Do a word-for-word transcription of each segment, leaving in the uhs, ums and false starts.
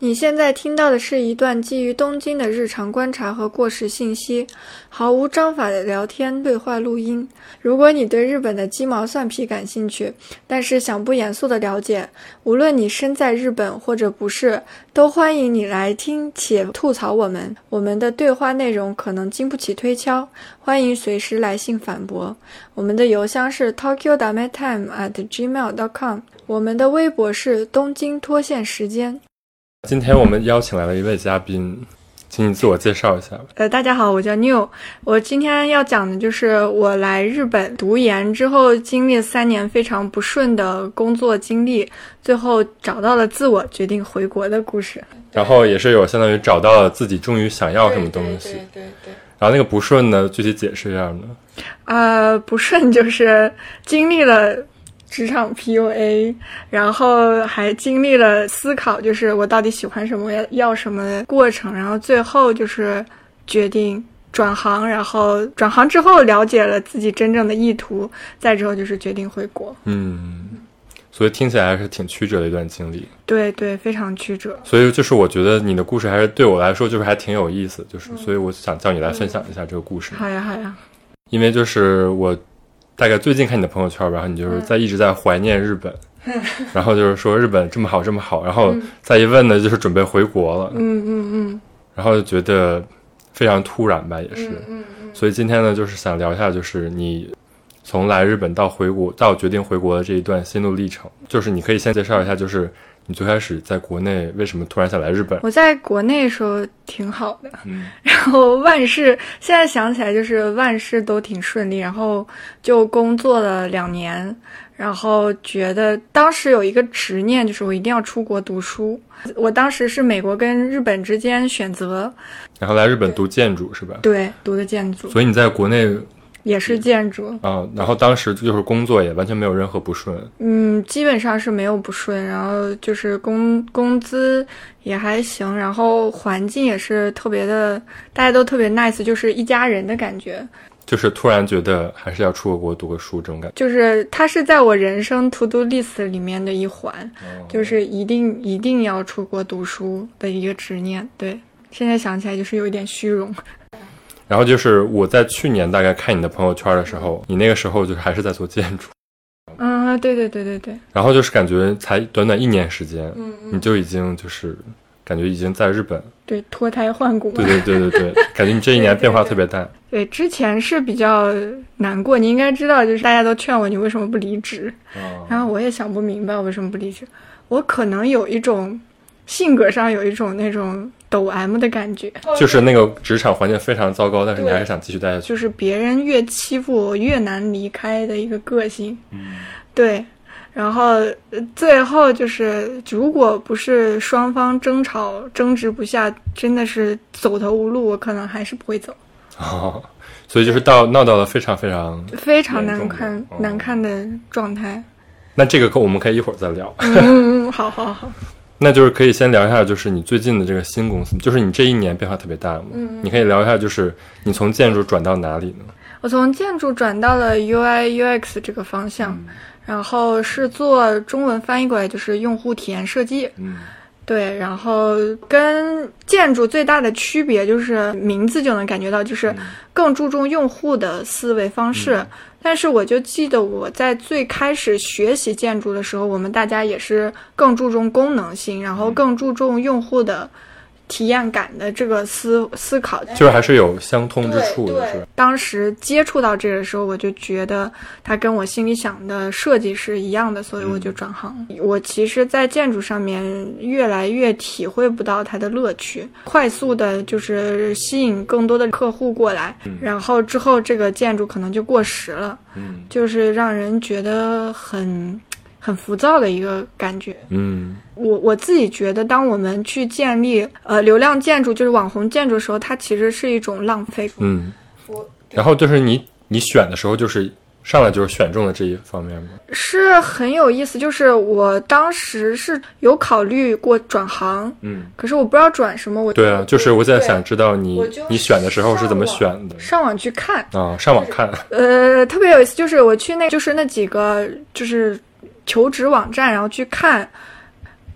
你现在听到的是一段基于东京的日常观察和过时信息，毫无章法的聊天对话录音。如果你对日本的鸡毛蒜皮感兴趣，但是想不严肃的了解，无论你身在日本或者不是，都欢迎你来听且吐槽我们。我们的对话内容可能经不起推敲，欢迎随时来信反驳。我们的邮箱是 tokyo dame time at gmail dot com， 我们的微博是东京脱线时间。 今天我们邀请来了一位嘉宾，请你自我介绍一下吧。 呃，大家好，我叫 New。我今天要讲的就是我来日本读研之后，经历三年非常不顺的工作经历，最后找到了自我，决定回国的故事。 然后也是有相当于找到了自己终于想要什么东西。 对对对对对。 然后那个不顺呢，具体解释一下呢？ 呃，不顺就是经历了职场 P U A， 然后还经历了思考，就是我到底喜欢什么，要要什么的过程，然后最后就是决定转行，然后转行之后了解了自己真正的意图，再之后就是决定回国。 嗯，所以听起来还是挺曲折的一段经历。 对对，非常曲折。 所以就是我觉得你的故事还是对我来说就是还挺有意思，就是、嗯、所以我想叫你来分享一下这个故事。 嗯、好呀好呀。 因为就是我大概最近看你的朋友圈，然后你就是在一直在怀念日本、嗯、然后就是说日本这么好这么好，然后再一问呢就是准备回国了。 嗯嗯嗯。 然后就觉得非常突然吧，也是。 嗯嗯嗯。 所以今天呢就是想聊一下，就是你从来日本到回国到决定回国的这一段心路历程。就是你可以先介绍一下，就是你最开始在国内为什么突然想来日本？ 我在国内的时候挺好的， 嗯， 然后万事现在想起来就是万事都挺顺利，然后就工作了两年，然后觉得当时有一个执念，就是我一定要出国读书。我当时是美国跟日本之间选择， 然后来日本读建筑是吧？ 对，读的建筑。 所以你在国内也是建筑啊，然后当时就是工作也完全没有任何不顺。 嗯，基本上是没有不顺，然后就是工工资也还行，然后环境也是特别的，大家都特别 nice， 就是一家人的感觉。 就是突然觉得还是要出国读个书这种感觉。 就是它是在我人生 to do list 里面的一环， 哦、 就是一定一定要出国读书的一个执念。对，现在想起来就是有一点虚荣。 然后就是我在去年大概看你的朋友圈的时候，你那个时候就是还是在做建筑。 嗯，对对对对对。 然后就是感觉才短短一年时间， 嗯嗯， 你就已经就是感觉已经在日本， 对，脱胎换骨。 对对对对对，感觉你这一年变化特别大。 对，之前是比较难过，你应该知道，就是大家都劝我你为什么不离职， 哦、 然后我也想不明白我为什么不离职。我可能有一种性格上有一种那种抖 M 的感觉， 就是那个职场环境非常糟糕，但是你还是想继续待下去。 就是别人越欺负我越难离开的一个个性。 嗯， 对。然后最后就是如果不是双方争吵争执不下，真的是走投无路，我可能还是不会走。 哦，所以就是到闹到了非常非常非常难看、 哦、 难看的状态。 那这个我们可以一会儿再聊。 嗯，好好好。 那就是可以先聊一下，就是你最近的这个新公司，就是你这一年变化特别大嘛。 嗯， 你可以聊一下，就是你从建筑转到哪里呢？ 我从建筑转到了 U I U X 这个方向。嗯，然后是做中文翻译过来就是用户体验设计。 嗯， 对，然后跟建筑最大的区别就是名字就能感觉到，就是更注重用户的思维方式。嗯，但是我就记得我在最开始学习建筑的时候，我们大家也是更注重功能性，然后更注重用户的体验感的这个思思考， 就是还是有相通之处的。是当时接触到这个时候，我就觉得它跟我心里想的设计是一样的，所以我就转行。嗯，我其实在建筑上面越来越体会不到它的乐趣，快速的就是吸引更多的客户过来。嗯，然后之后这个建筑可能就过时了。 嗯， 就是让人觉得很很浮躁的一个感觉。 嗯， 我我自己觉得，当我们去建立呃流量建筑，就是网红建筑的时候，它其实是一种浪费。 嗯，然后就是你你选的时候，就是上来就是选中了这一方面吗？ 是很有意思，就是我当时是有考虑过转行， 嗯， 可是我不知道转什么。我对啊，就是我在想知道你你选的时候是怎么选的？ 上网去看啊，上网看。 呃，特别有意思，就是我去那就是那几个就是求职网站，然后去看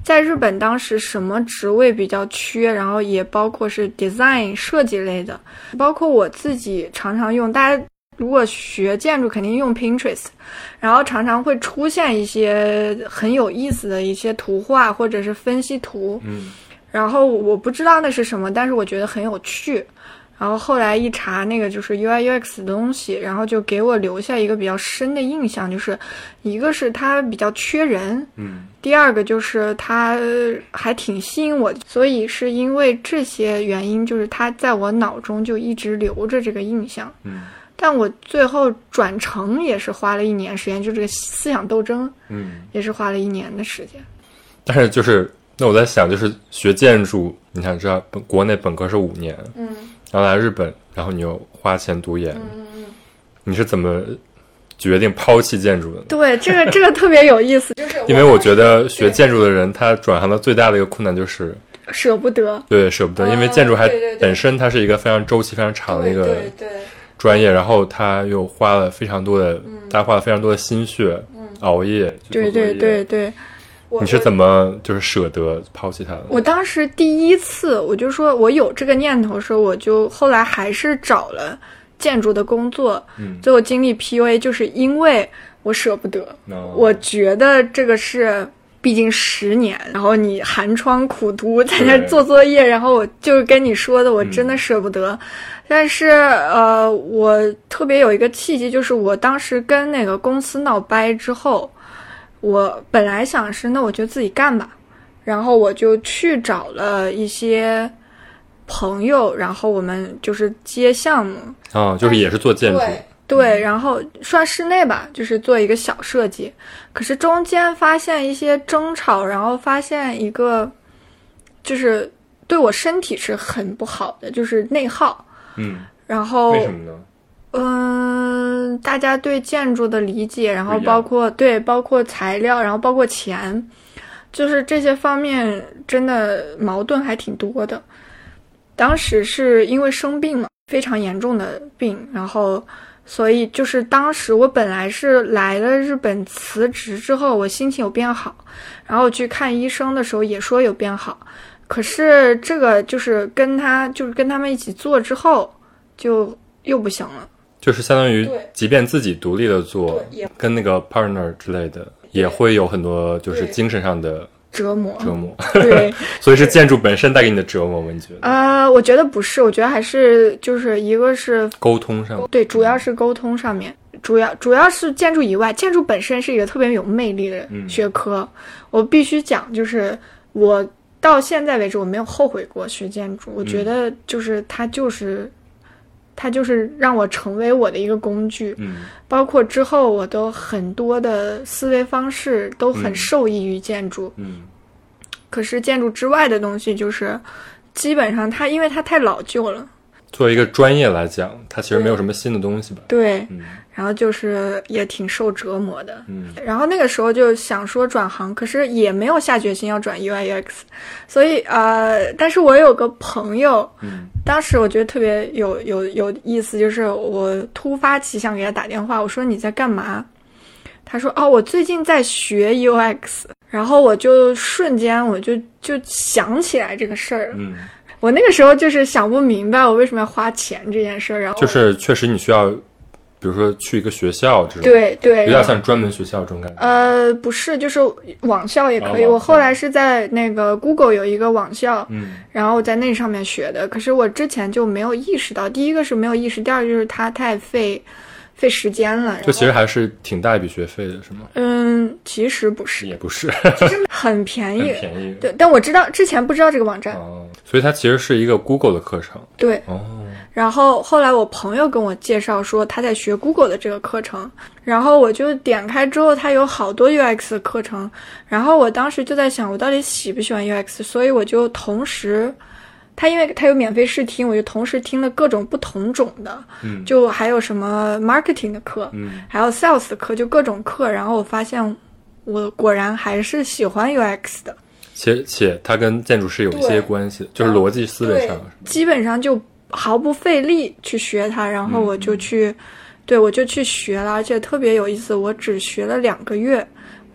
在日本当时什么职位比较缺，然后也包括是 design 设计类的，包括我自己常常用，大家如果学建筑肯定用 Pinterest， 然后常常会出现一些很有意思的一些图画或者是分析图， 嗯， 然后我不知道那是什么，但是我觉得很有趣。然后后来一查，那个就是 U I U X 的东西，然后就给我留下一个比较深的印象，就是一个是它比较缺人， 嗯， 第二个就是它还挺吸引我，所以是因为这些原因，就是它在我脑中就一直留着这个印象。 嗯， 但我最后转成也是花了一年时间，就这个思想斗争， 嗯， 也是花了一年的时间。 但是就是那我在想，就是学建筑，你想知道，本国内本科是五年， 嗯。 然后来日本，然后你又花钱读研， 嗯嗯， 你是怎么决定抛弃建筑的呢？ 对，这个这个特别有意思，就是因为我觉得学建筑的人，他转行的最大的一个困难就是舍不得， 对，舍不得，因为建筑还对对对本身它是一个非常周期非常长的一个对对对专业，然后他又花了非常多的， 嗯大家花了非常多的心血， 嗯熬夜， 对对对对。 你是怎么就是舍得抛弃它的？ 我当时第一次我就说我有这个念头的时候，我就后来还是找了建筑的工作， 嗯， 最后经历 P U A， 就是因为我舍不得， no. 我觉得这个是毕竟十年，然后你寒窗苦读在那做作业，然后我就是跟你说的，我真的舍不得。嗯、但是呃，我特别有一个契机，就是我当时跟那个公司闹掰之后。我本来想是那我就自己干吧，然后我就去找了一些朋友，然后我们就是接项目啊、哦，就是也是做建筑， 对对，然后算室内吧，就是做一个小设计。可是中间发现一些争吵，然后发现一个就是对我身体是很不好的，就是内耗。 嗯， 然后为什么呢？ 嗯，大家对建筑的理解，然后包括对，包括材料，然后包括钱，就是这些方面真的矛盾还挺多的。当时是因为生病嘛，非常严重的病，然后所以就是当时我本来是来了日本辞职之后，我心情有变好，然后去看医生的时候也说有变好，可是这个就是跟他就是跟他们一起做之后就又不行了。 就是相当于，即便自己独立的做，跟那个 partner 之类的，也会有很多就是精神上的折磨。 折磨， 对， 所以是建筑本身带给你的折磨吗？你觉得？ 呃，我觉得不是，我觉得还是就是一个是沟通上， 对，主要是沟通上面，主要主要是建筑以外，建筑本身是一个特别有魅力的学科。嗯、我必须讲，就是我到现在为止我没有后悔过学建筑，我觉得就是它就是。嗯它就是让我成为我的一个工具， 嗯， 包括之后我都很多的思维方式都很受益于建筑， 嗯， 可是建筑之外的东西就是基本上它因为它太老旧了， 作为一个专业来讲，它其实没有什么新的东西吧， 对， 嗯， 然后就是也挺受折磨的， 嗯， 然后那个时候就想说转行，可是也没有下决心要转 U I U X， 所以呃，但是我有个朋友， 嗯， 当时我觉得特别有有有意思，就是我突发奇想给他打电话，我说你在干嘛？他说哦，我最近在学 U X， 然后我就瞬间我就就想起来这个事儿了， 嗯。 我那个时候就是想不明白我为什么要花钱这件事儿，然后就是确实你需要，比如说去一个学校这种， 对对， 有点像专门学校这种感觉。 呃，不是，就是网校也可以。 哦、 我后来是在那个 Google 有一个网校， 嗯， 然后在那上面学的。可是我之前就没有意识到，第一个是没有意识，第二个就是它太费费时间了。 就其实还是挺大一笔学费的，是吗？ 嗯，其实不是， 也不是， 其实很便宜， 很便宜。 对，但我知道之前不知道这个网站。 哦。所以它其实是一个 Google 的课程， 对， 哦。 然后后来我朋友跟我介绍说他在学 Google 的这个课程，然后我就点开之后，它有好多 U X 的课程，然后我当时就在想，我到底喜不喜欢 U X， 所以我就同时，他因为他有免费试听，我就同时听了各种不同种的， 嗯， 就还有什么 marketing 的课， 嗯， 还有 sales 的课，就各种课，然后我发现我果然还是喜欢 U X 的。 且且它跟建筑是有一些关系的，就是逻辑思维上， 基本上就毫不费力去学它，然后我就去，嗯、对我就去学了，而且特别有意思，我只学了两个月，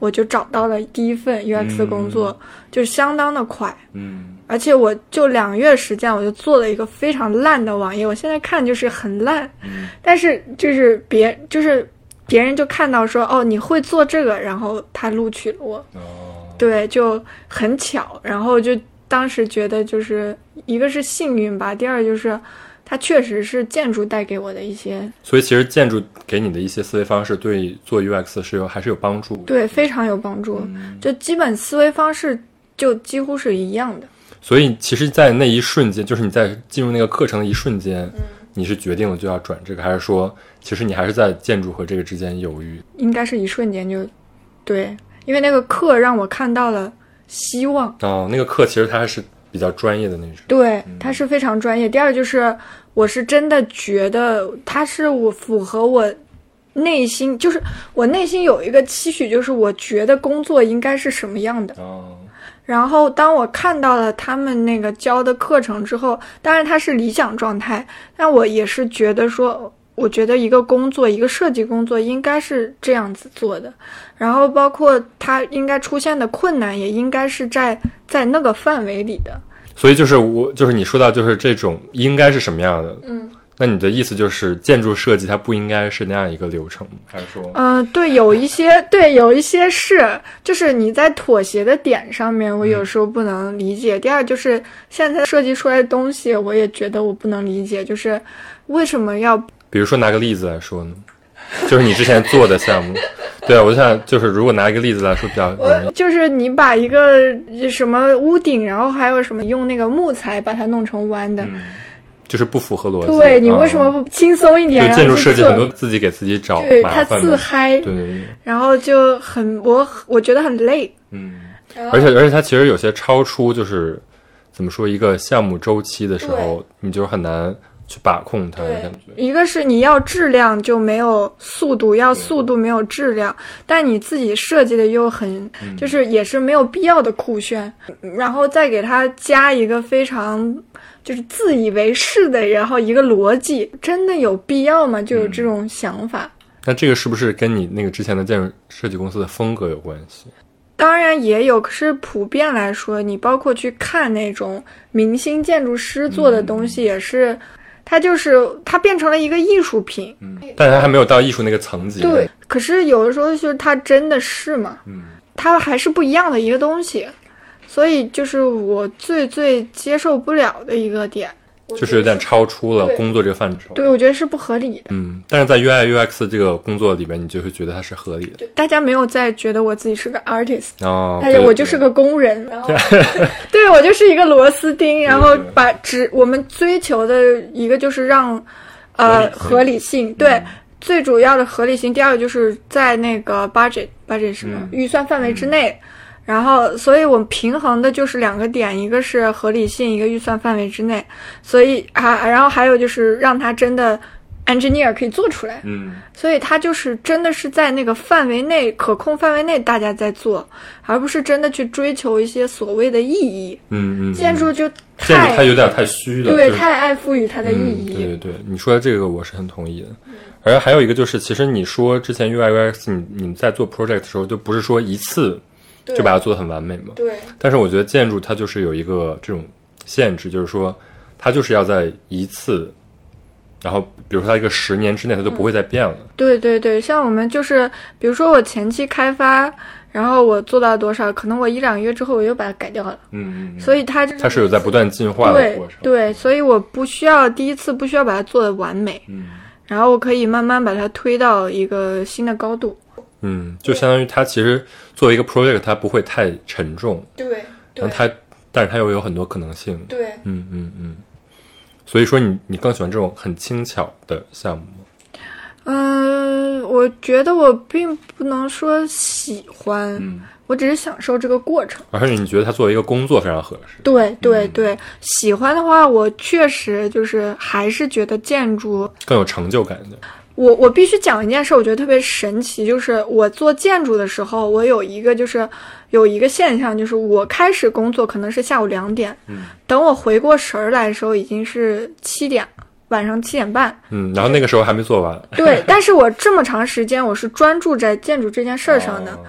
我就找到了第一份 U X 的工作，嗯、就相当的快。 嗯， 而且我就两个月时间，我就做了一个非常烂的网页，我现在看就是很烂， 嗯、 但是就是别就是别人就看到说哦你会做这个，然后他录取了我。 哦， 对，就很巧，然后就当时觉得就是一个是幸运吧，第二就是它确实是建筑带给我的一些， 所以其实建筑给你的一些思维方式对做 U X 是有还是有帮助的。 对，非常有帮助、嗯、就基本思维方式就几乎是一样的。 所以其实在那一瞬间，就是你在进入那个课程的一瞬间、嗯、你是决定了就要转这个，还是说其实你还是在建筑和这个之间犹豫？ 应该是一瞬间就对，因为那个课让我看到了希望。 哦，那个课其实它还是比较专业的那种。 对，它是非常专业、嗯、第二就是我是真的觉得它是我符合我内心，就是我内心有一个期许，就是我觉得工作应该是什么样的。 哦， 然后当我看到了他们那个教的课程之后，当然它是理想状态，但我也是觉得说我觉得一个工作一个设计工作应该是这样子做的，然后包括它应该出现的困难也应该是在在那个范围里的。 所以就是我就是你说到就是这种应该是什么样的， 嗯， 那你的意思就是建筑设计它不应该是那样一个流程，还是说嗯、呃，对，有一些对有一些是就是你在妥协的点上面我有时候不能理解、嗯、第二就是现在设计出来的东西我也觉得我不能理解，就是为什么要比如说拿个例子来说呢，就是你之前做的项目对啊，我就想就是如果拿一个例子来说比较容易， 就是你把一个什么屋顶然后还有什么用那个木材把它弄成弯的、嗯、 就是不符合逻辑。 对，你为什么不轻松一点、 嗯、就建筑设计很多自己给自己找麻烦， 对，他自嗨， 对对对， 然后就很我我觉得很累。 嗯，而且而且它其实有些超出就是怎么说一个项目周期的时候你就很难去把控它的感觉。 一个是你要质量就没有速度，要速度没有质量，但你自己设计的又很、嗯、就是也是没有必要的酷炫，然后再给它加一个非常就是自以为是的然后一个逻辑，真的有必要吗？就有这种想法、 嗯、那这个是不是跟你那个之前的建筑设计公司的风格有关系？ 当然也有，可是普遍来说你包括去看那种明星建筑师做的东西也是、嗯，它就是它变成了一个艺术品， 嗯，但是它还没有到艺术那个层级。 对，可是有的时候就是它真的是嘛， 嗯， 它还是不一样的一个东西，所以就是我最最接受不了的一个点， 就是有点超出了工作这个范畴。 对，我觉得是不合理的。 嗯，但是在 U I U X 这个工作里边，你就会觉得它是合理的。 大家没有再觉得我自己是个 artist， 哦， 大家我就是个工人，然后对我就是一个螺丝钉，然后把只我们追求的一个就是让呃合理性，对、嗯，最主要的合理性。第二个就是在那个 budget budget 什么、嗯、预算范围之内。嗯，然后所以我们平衡的就是两个点，一个是合理性，一个预算范围之内，所以啊，然后还有就是让它真的 engineer 可以做出来， 嗯，所以它就是真的是在那个范围内可控范围内大家在做，而不是真的去追求一些所谓的意义。 嗯嗯， 建筑就太建筑它有点太虚了， 对、 就是、 太爱赋予它的意义、 嗯、对对对，你说的这个我是很同意的。嗯，而还有一个就是其实你说之前 U I U X 你你在做 project 的时候就不是说一次就把它做得很完美嘛。 对。 但是我觉得建筑它就是有一个这种限制，就是说它就是要在一次，然后比如说它一个十年之内它就不会再变了。 嗯、对对对，像我们就是比如说我前期开发，然后我做到多少，可能我一两个月之后我又把它改掉了。 嗯嗯。 所以它它是有在不断进化的过程。 对对，所以我不需要第一次不需要把它做得完美。 嗯。然后我可以慢慢把它推到一个新的高度。 嗯，就相当于它其实作为一个 project 它不会太沉重， 对， 对，它但是它又有很多可能性， 对， 嗯嗯嗯，所以说你你更喜欢这种很轻巧的项目吗？ 嗯，我觉得我并不能说喜欢， 嗯， 我只是享受这个过程。 而且你觉得它作为一个工作非常合适？ 对对对、嗯，喜欢的话，我确实就是还是觉得建筑更有成就感的。 我我必须讲一件事，我觉得特别神奇，就是我做建筑的时候，我有一个就是有一个现象，就是我开始工作可能是下午两点， 嗯， 等我回过神儿来的时候已经是七点，晚上七点半， 嗯，然后那个时候还没做完。 对，但是我这么长时间我是专注在建筑这件事儿上的。哦，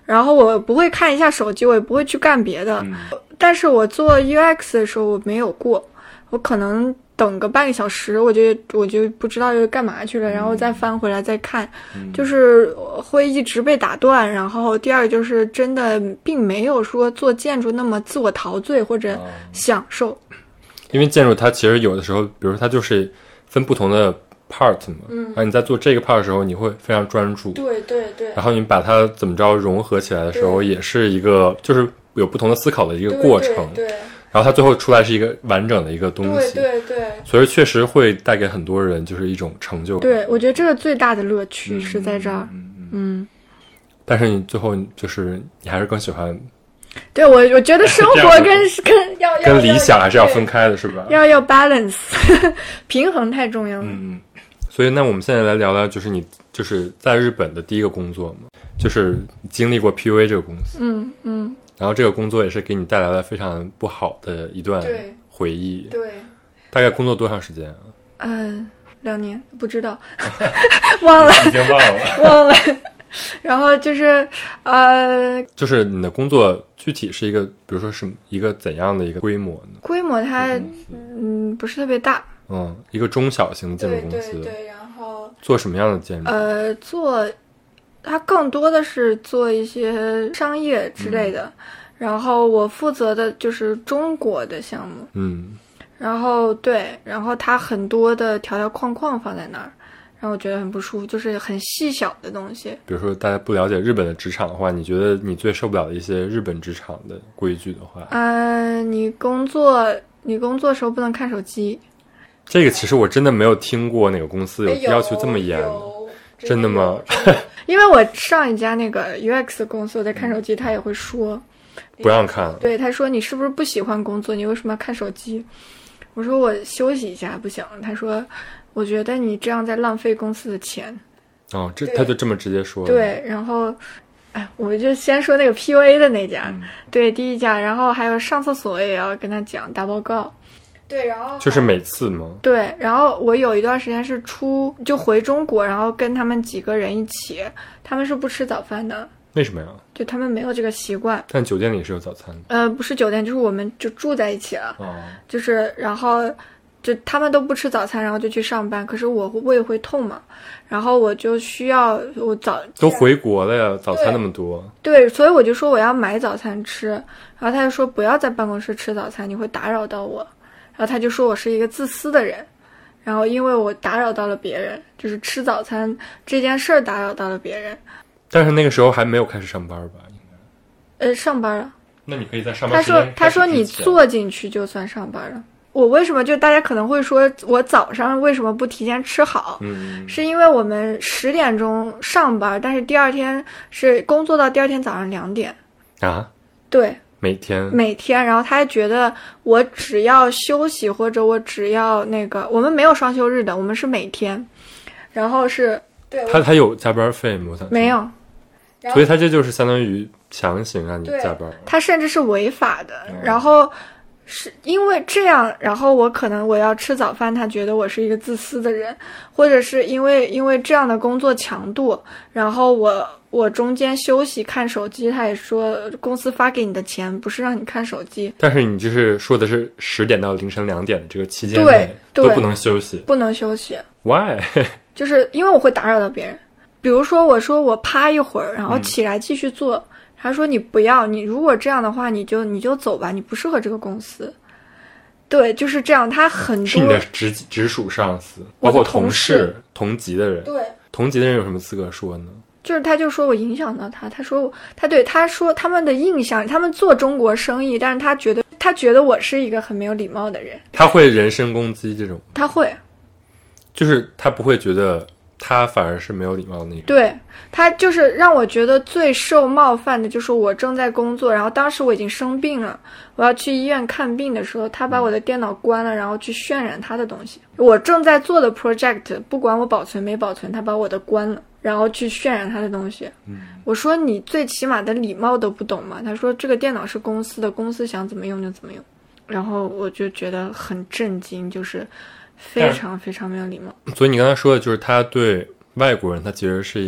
然后我不会看一下手机，我也不会去干别的。 嗯、 但是我做 U X 的时候我没有过，我可能等个半个小时，我就我就不知道又干嘛去了，然后再翻回来再看， 嗯、 就是会一直被打断。然后第二个就是真的并没有说做建筑那么自我陶醉或者享受。哦， 因为建筑它其实有的时候，比如说它就是分不同的 part 嘛， 嗯， 然后你在做这个 part 的时候，你会非常专注， 对对对， 然后你把它怎么着融合起来的时候，也是一个就是有不同的思考的一个过程， 对，对对， 然后它最后出来是一一个完整的一个东西， 对对对， 所以确实会带给很多人就是一种成就感。 对，我觉得这个最大的乐趣是在这儿， 嗯 嗯, 嗯。 但是你最后就是你还是更喜欢。 对，我我觉得生活跟跟要跟理想还是要分开的，是吧？ 要要 balance， 平衡太重要了。 嗯，所以那我们现在来聊聊，就是你就是在日本的第一个工作嘛，就是经历过 P U A 这个公司， 嗯嗯， 然后这个工作也是给你带来了非常不好的一段回忆。 对， 大概工作多长时间啊？ 嗯、呃，两年，不知道，忘了， 已经忘了， 忘了。然后就是呃， 就是你的工作具体是一个，比如说是一个怎样的一个规模呢？ 规模它嗯不是特别大， 嗯，一个中小型的建筑公司。 对对对，然后做什么样的建筑？ 呃，做它更多的是做一些商业之类的，嗯、然后我负责的就是中国的项目， 嗯， 然后对，然后它很多的条条框框放在那儿。让我觉得很不舒服，就是很细小的东西。 比如说大家不了解日本的职场的话，你觉得你最受不了的一些日本职场的规矩的话， 呃，你工作你工作时候不能看手机。 这个其实我真的没有听过哪个公司有要求这么严，真的吗？ 因为我上一家那个 U X 公司我在看手机，他也会说不让看。 对，他说你是不是不喜欢工作，你为什么要看手机？我说我休息一下不行。他说我觉得你这样在浪费公司的钱。 哦，这他就这么直接说了。 对，然后，哎，我就先说那个 P U A 的那家， 嗯、 对，第一家，然后还有上厕所也要跟他讲打报告。对，然后就是每次吗？ 对，然后我有一段时间是出就回中国，然后跟他们几个人一起，他们是不吃早饭的。 为什么呀？ 就他们没有这个习惯。 但酒店里是有早餐的。 呃，不是酒店，就是我们就住在一起了。 哦， 就是然后。就他们都不吃早餐，然后就去上班。可是我胃会痛嘛，然后我就需要我早都回国了呀，早餐那么多。 对，所以我就说我要买早餐吃，然后他就说不要在办公室吃早餐，你会打扰到我。然后他就说我是一个自私的人，然后因为我打扰到了别人，就是吃早餐这件事儿打扰到了别人。 但是那个时候还没有开始上班吧？应该。呃，上班了。 那你可以在上班时间。他说他说你坐进去就算上班了。我为什么就大家可能会说我早上为什么不提前吃好？ 嗯， 是因为我们十点钟上班，但是第二天是工作到第二天早上两点啊？ 对， 每天每天。然后他还觉得我只要休息或者我只要那个，我们没有双休日的，我们是每天。然后是对他他有加班费吗？ 没有， 所以他这就是相当于强行让你加班。 他甚至是违法的。嗯、然后。是因为这样，然后我可能我要吃早饭，他觉得我是一个自私的人，或者是因为因为这样的工作强度，然后我我中间休息看手机，他也说公司发给你的钱不是让你看手机。 但是你就是说的是十点到凌晨两点的这个期间内都不能休息， 不能休息。 Why？ 就是因为我会打扰到别人，比如说我说我趴一会儿，然后起来继续做。嗯，他说你不要，你如果这样的话你就你就走吧，你不适合这个公司。对，就是这样。他很多是你的直直属上司，包括同事同级的人。 对， 同级的人有什么资格说呢？ 就是他就说我影响到他，他说他对他说他们的印象，他们做中国生意，但是他觉得他觉得我是一个很没有礼貌的人。 他会人身攻击这种？ 他会， 就是他不会觉得他反而是没有礼貌的那种。 对，他就是让我觉得最受冒犯的就是我正在工作，然后当时我已经生病了，我要去医院看病的时候，他把我的电脑关了，然后去渲染他的东西。我正在做的 project 不管我保存没保存，他把我的关了，然后去渲染他的东西。 嗯， 我说你最起码的礼貌都不懂吗？他说这个电脑是公司的，公司想怎么用就怎么用。然后我就觉得很震惊，就是非常非常没有礼貌。 所以你刚才说的就是他对外国人他其实是一种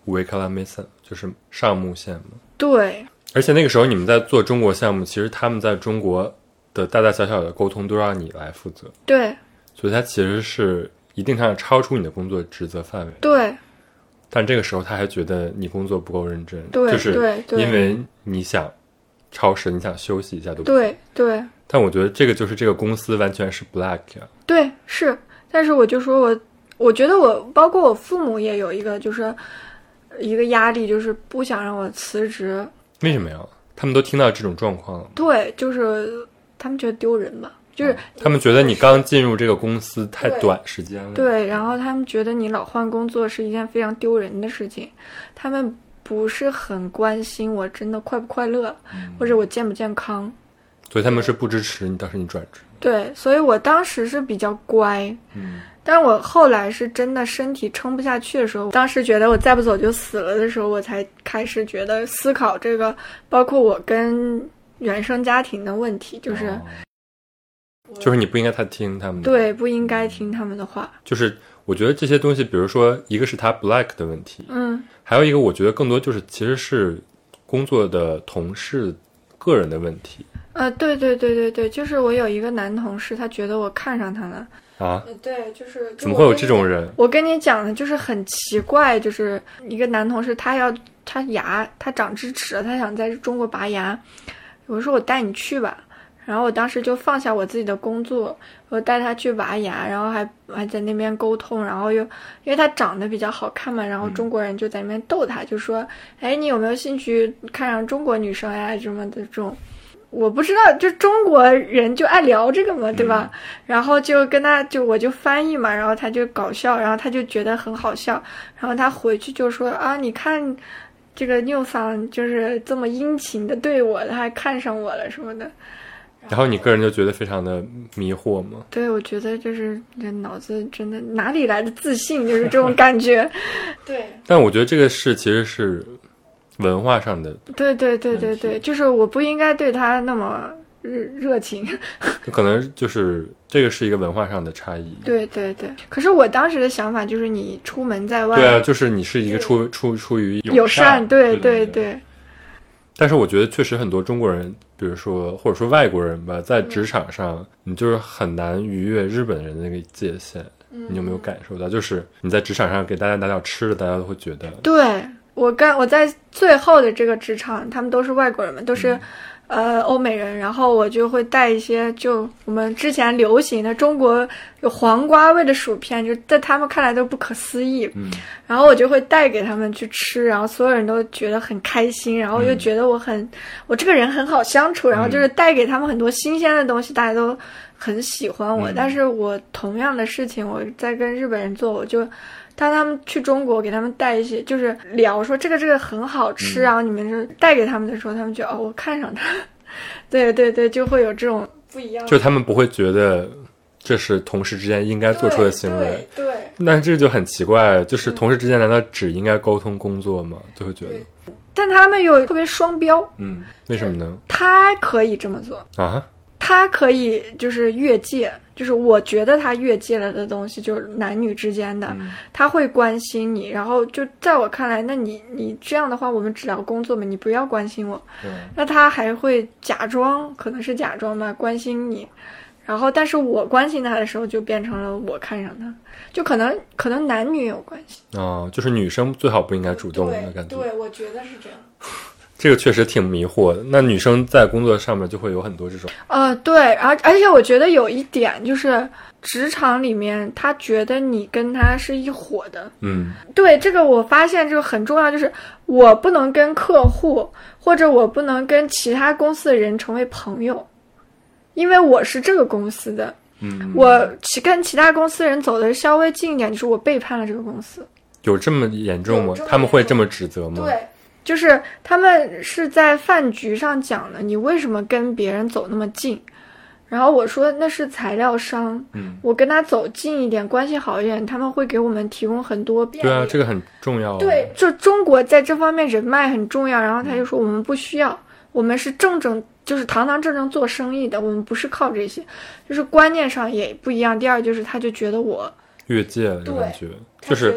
五维克拉梅森，就是上木县嘛。 对， 而且那个时候你们在做中国项目，其实他们在中国的大大小小的沟通都让你来负责。 对， 所以它其实是一定上超出你的工作职责范围。 对， 但这个时候他还觉得你工作不够认真， 对， 就是对， 因为你想超时，你想休息一下都不对对。 但我觉得这个就是这个公司完全是 black 呀。 对，是，但是我就说我，我觉得我包括我父母也有一个就是一个压力，就是不想让我辞职。 为什么呀？他们都听到这种状况了。 对，就是他们觉得丢人吧。就是、嗯、 他们觉得你刚进入这个公司太短时间了。 对，对，然后他们觉得你老换工作是一件非常丢人的事情，他们不是很关心我真的快不快乐、嗯、或者我健不健康， 所以他们是不支持你当时你转职。 对，所以我当时是比较乖，嗯，但我后来是真的身体撑不下去的时候，当时觉得我再不走就死了的时候，我才开始觉得思考这个，包括我跟原生家庭的问题，就是、哦就是你不应该太听他们的， 对，不应该听他们的话。 就是我觉得这些东西，比如说一个是他 black 的问题， 嗯， 还有一个我觉得更多就是其实是工作的同事个人的问题。 呃，对对对对对，就是我有一个男同事，他觉得我看上他了。 啊， 对，就是怎么会有这种人？ 我跟你讲的就是很奇怪，就是一个男同事，他要他牙他长智齿了，他想在中国拔牙，我说我带你去吧。然后我当时就放下我自己的工作，我带他去拔牙，然后还还在那边沟通，然后又因为他长得比较好看嘛，然后中国人就在那边逗他，就说：“哎，你有没有兴趣看上中国女生呀？什么的这种。”我不知道，就中国人就爱聊这个嘛，对吧？嗯、然后就跟他就我就翻译嘛，然后他就搞笑，然后他就觉得很好笑，然后他回去就说啊，你看这个纽桑就是这么殷勤的对我，他还看上我了什么的。 然后你个人就觉得非常的迷惑吗？ 对，我觉得就是这脑子真的哪里来的自信，就是这种感觉。对。 但我觉得这个是其实是文化上的。 对对对对对，就是我不应该对他那么热热情。 可能就是这个是一个文化上的差异。 对对对。可是我当时的想法就是你出门在外。 对啊，就是你是一个出出出于友善，对对对, 对, 对。 但是我觉得确实很多中国人，比如说或者说外国人吧，在职场上、嗯、你就是很难逾越日本人的那个界限、嗯、你有没有感受到，就是你在职场上给大家拿点吃的，大家都会觉得。 对，我干我在最后的这个职场，他们都是外国人嘛，都是、嗯呃，欧美人，然后我就会带一些就我们之前流行的中国有黄瓜味的薯片，就在他们看来都不可思议。嗯，然后我就会带给他们去吃，然后所有人都觉得很开心，然后又觉得我很、嗯、我这个人很好相处，然后就是带给他们很多新鲜的东西，大家都很喜欢我。嗯、但是我同样的事情，我在跟日本人做，我就。当他们去中国给他们带一些就是聊说这个这个很好吃、嗯、然后你们就带给他们的时候，他们就哦我看上他。对对对，就会有这种不一样， 就他们不会觉得这是同事之间应该做出的行为。 对 对, 对， 但这就很奇怪，就是同事之间难道只应该沟通工作吗？就会觉得， 但他们又特别双标。 嗯，为什么呢？ 他可以这么做啊， 他可以就是越界，就是我觉得他越界了的东西，就是男女之间的、嗯、他会关心你，然后就在我看来，那你你这样的话我们只聊工作嘛，你不要关心我、嗯、那他还会假装，可能是假装吧，关心你，然后但是我关心他的时候就变成了我看上他，就可能可能男女有关系哦，就是女生最好不应该主动的感觉。 对，对，我觉得是这样。 这个确实挺迷惑的。那女生在工作上面就会有很多这种呃，对，而而且我觉得有一点就是职场里面他觉得你跟他是一伙的。 嗯， 对，这个我发现就很重要，就是我不能跟客户或者我不能跟其他公司的人成为朋友，因为我是这个公司的。嗯，我其跟其他公司人走的稍微近一点，就是我背叛了这个公司。 有这么严重吗？他们会这么指责吗？ 对，就是他们是在饭局上讲的，你为什么跟别人走那么近？然后我说那是材料商，嗯，我跟他走近一点，关系好一点，他们会给我们提供很多便利。 对啊，这个很重要、啊。 对，就中国在这方面人脉很重要。然后他就说我们不需要，嗯、我们是正正就是堂堂正正做生意的，我们不是靠这些，就是观念上也不一样。第二就是他就觉得我越界了，感觉就是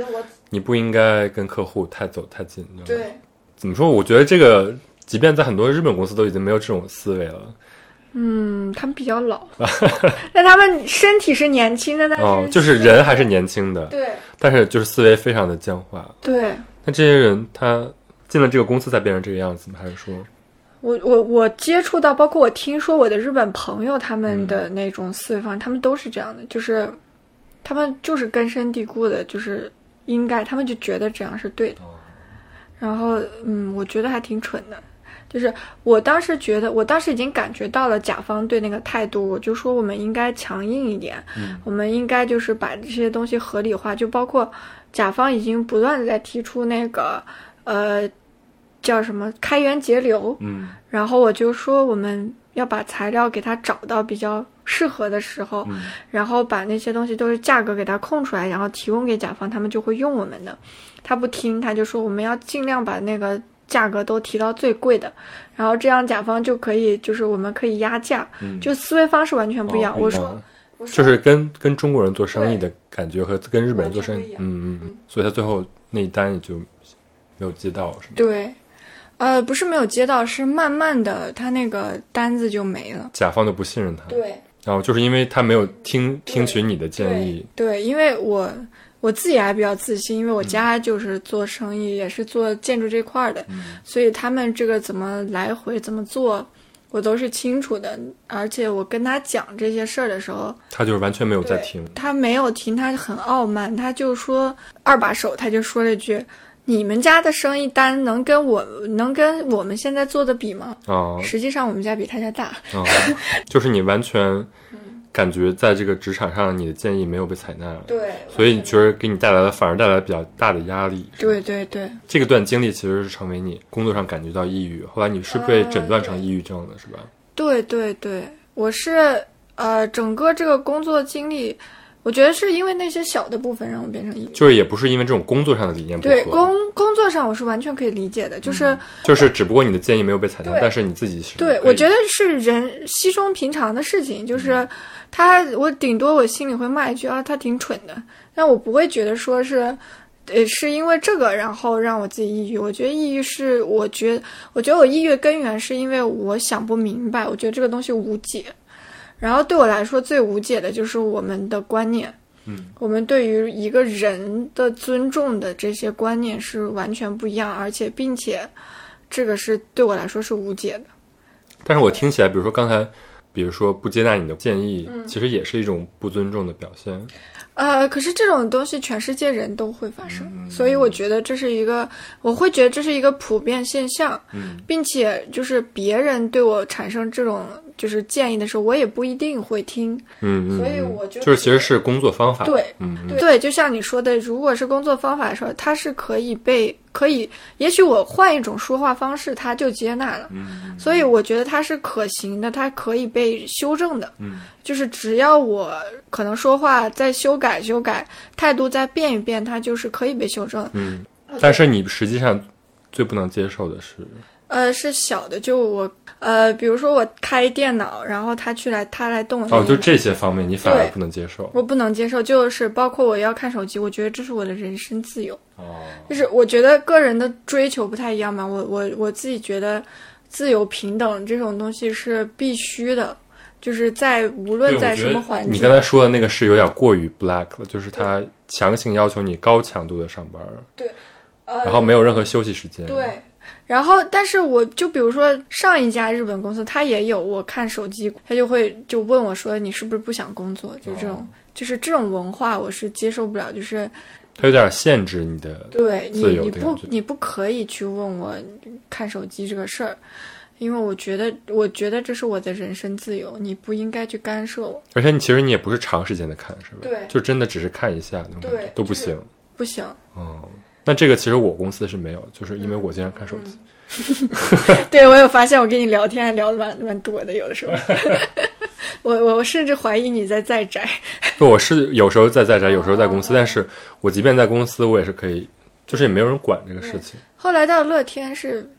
你不应该跟客户太走太近。 对， 怎么说？我觉得这个，即便在很多日本公司都已经没有这种思维了。 嗯，他们比较老，但他们身体是年轻的，但是哦，就是人还是年轻的， 对， 但是就是思维非常的僵化。 对， 那这些人他进了这个公司才变成这个样子吗？还是说？ 我我我接触到，包括我听说我的日本朋友他们的那种思维方式，嗯、他们都是这样的，就是他们就是根深蒂固的，就是应该，他们就觉得这样是对的。然后，嗯，我觉得还挺蠢的。就是我当时觉得，我当时已经感觉到了甲方对那个态度，我就说我们应该强硬一点， 嗯、 我们应该就是把这些东西合理化，就包括甲方已经不断的在提出那个呃叫什么开源节流， 嗯， 然后我就说我们要把材料给它找到比较适合的时候， 嗯、 然后把那些东西都是价格给它空出来，然后提供给甲方，他们就会用我们的。他不听，他就说我们要尽量把那个价格都提到最贵的，然后这样甲方就可以，就是我们可以压价， 嗯、 就思维方式完全不一样。 哦、 我说，我说就是跟跟中国人做生意的感觉和跟日本人做生意， 嗯嗯，所以他最后那一单也就没有接到，是吗？ 对，呃，不是没有接到，是慢慢的他那个单子就没了， 甲方就不信任他， 对， 然后就是因为他没有听听取你的建议， 对，对，因为我。我自己还比较自信，因为我家就是做生意，嗯、也是做建筑这块的， 嗯、 所以他们这个怎么来回怎么做，我都是清楚的。而且我跟他讲这些事儿的时候， 他就是完全没有在听， 他没有听，他很傲慢，他就说二把手，他就说了一句：“你们家的生意单能跟我能跟我们现在做的比吗？” 哦， 实际上我们家比他家大。 哦，就是你完全。感觉在这个职场上你的建议没有被采纳， 对， 所以你觉得给你带来了反而带来了比较大的压力。 对对对， 这个段经历其实是成为你工作上感觉到抑郁，后来你是被诊断成抑郁症的，呃、是吧？ 对对对，我是呃整个这个工作经历，我觉得是因为那些小的部分让我变成抑郁， 就是也不是因为这种工作上的理念不合。 对，工工作上我是完全可以理解的，就是、 嗯、就是只不过你的建议没有被采纳，但是你自己是对，我觉得是人稀松平常的事情，就是。嗯他，我顶多我心里会骂一句啊，他挺蠢的，但我不会觉得说是，呃，是因为这个然后让我自己抑郁。我觉得抑郁是，我觉，我觉得我抑郁的根源是因为我想不明白，我觉得这个东西无解。然后对我来说最无解的就是我们的观念， 嗯， 我们对于一个人的尊重的这些观念是完全不一样，而且并且这个是对我来说是无解的。 但是我听起来，比如说刚才。比如说不接纳你的建议， 嗯、 其实也是一种不尊重的表现。 呃，可是这种东西全世界人都会发生， 嗯、 所以我觉得这是一个，我会觉得这是一个普遍现象， 嗯、 并且就是别人对我产生这种就是建议的时候，我也不一定会听。 嗯， 所以我觉得就是其实是工作方法。 对， 嗯对，对，就像你说的，如果是工作方法的时候，它是可以被可以，也许我换一种说话方式，它就接纳了。 嗯， 所以我觉得它是可行的，它可以被修正的。 嗯， 就是只要我可能说话再修改修改，态度再变一变，它就是可以被修正。 嗯，但是你实际上最不能接受的是。 呃，是小的，就我呃，比如说我开电脑，然后他去来他来动哦，就这些方面你反而不能接受。 我不能接受，就是包括我要看手机，我觉得这是我的人身自由。 哦， 就是我觉得个人的追求不太一样嘛，我我我自己觉得自由平等这种东西是必须的，就是在无论在什么环境。 你刚才说的那个是有点过于 black 了，就是他强行要求你高强度的上班， 对，呃， 然后没有任何休息时间， 对。然后，但是我就比如说上一家日本公司，他也有我看手机，他就会就问我说：“你是不是不想工作？”就这种，哦、就是这种文化，我是接受不了。就是他有点限制你的对自由， 你你不你不可以去问我看手机这个事儿，因为我觉得我觉得这是我的人身自由，你不应该去干涉我。 而且你其实你也不是长时间的看，是吧？ 对， 就真的只是看一下那种， 对， 都不行， 不行。 哦。那这个其实我公司是没有，就是因为我经常看手机。 嗯、对，我有发现，我跟你聊天还聊得蛮蛮多的，有的时候。我我甚至怀疑你在在宅。 不，我是有时候在在宅，有时候在公司，但是我即便在公司，我也是可以，就是也没有人管这个事情。 后来到乐天是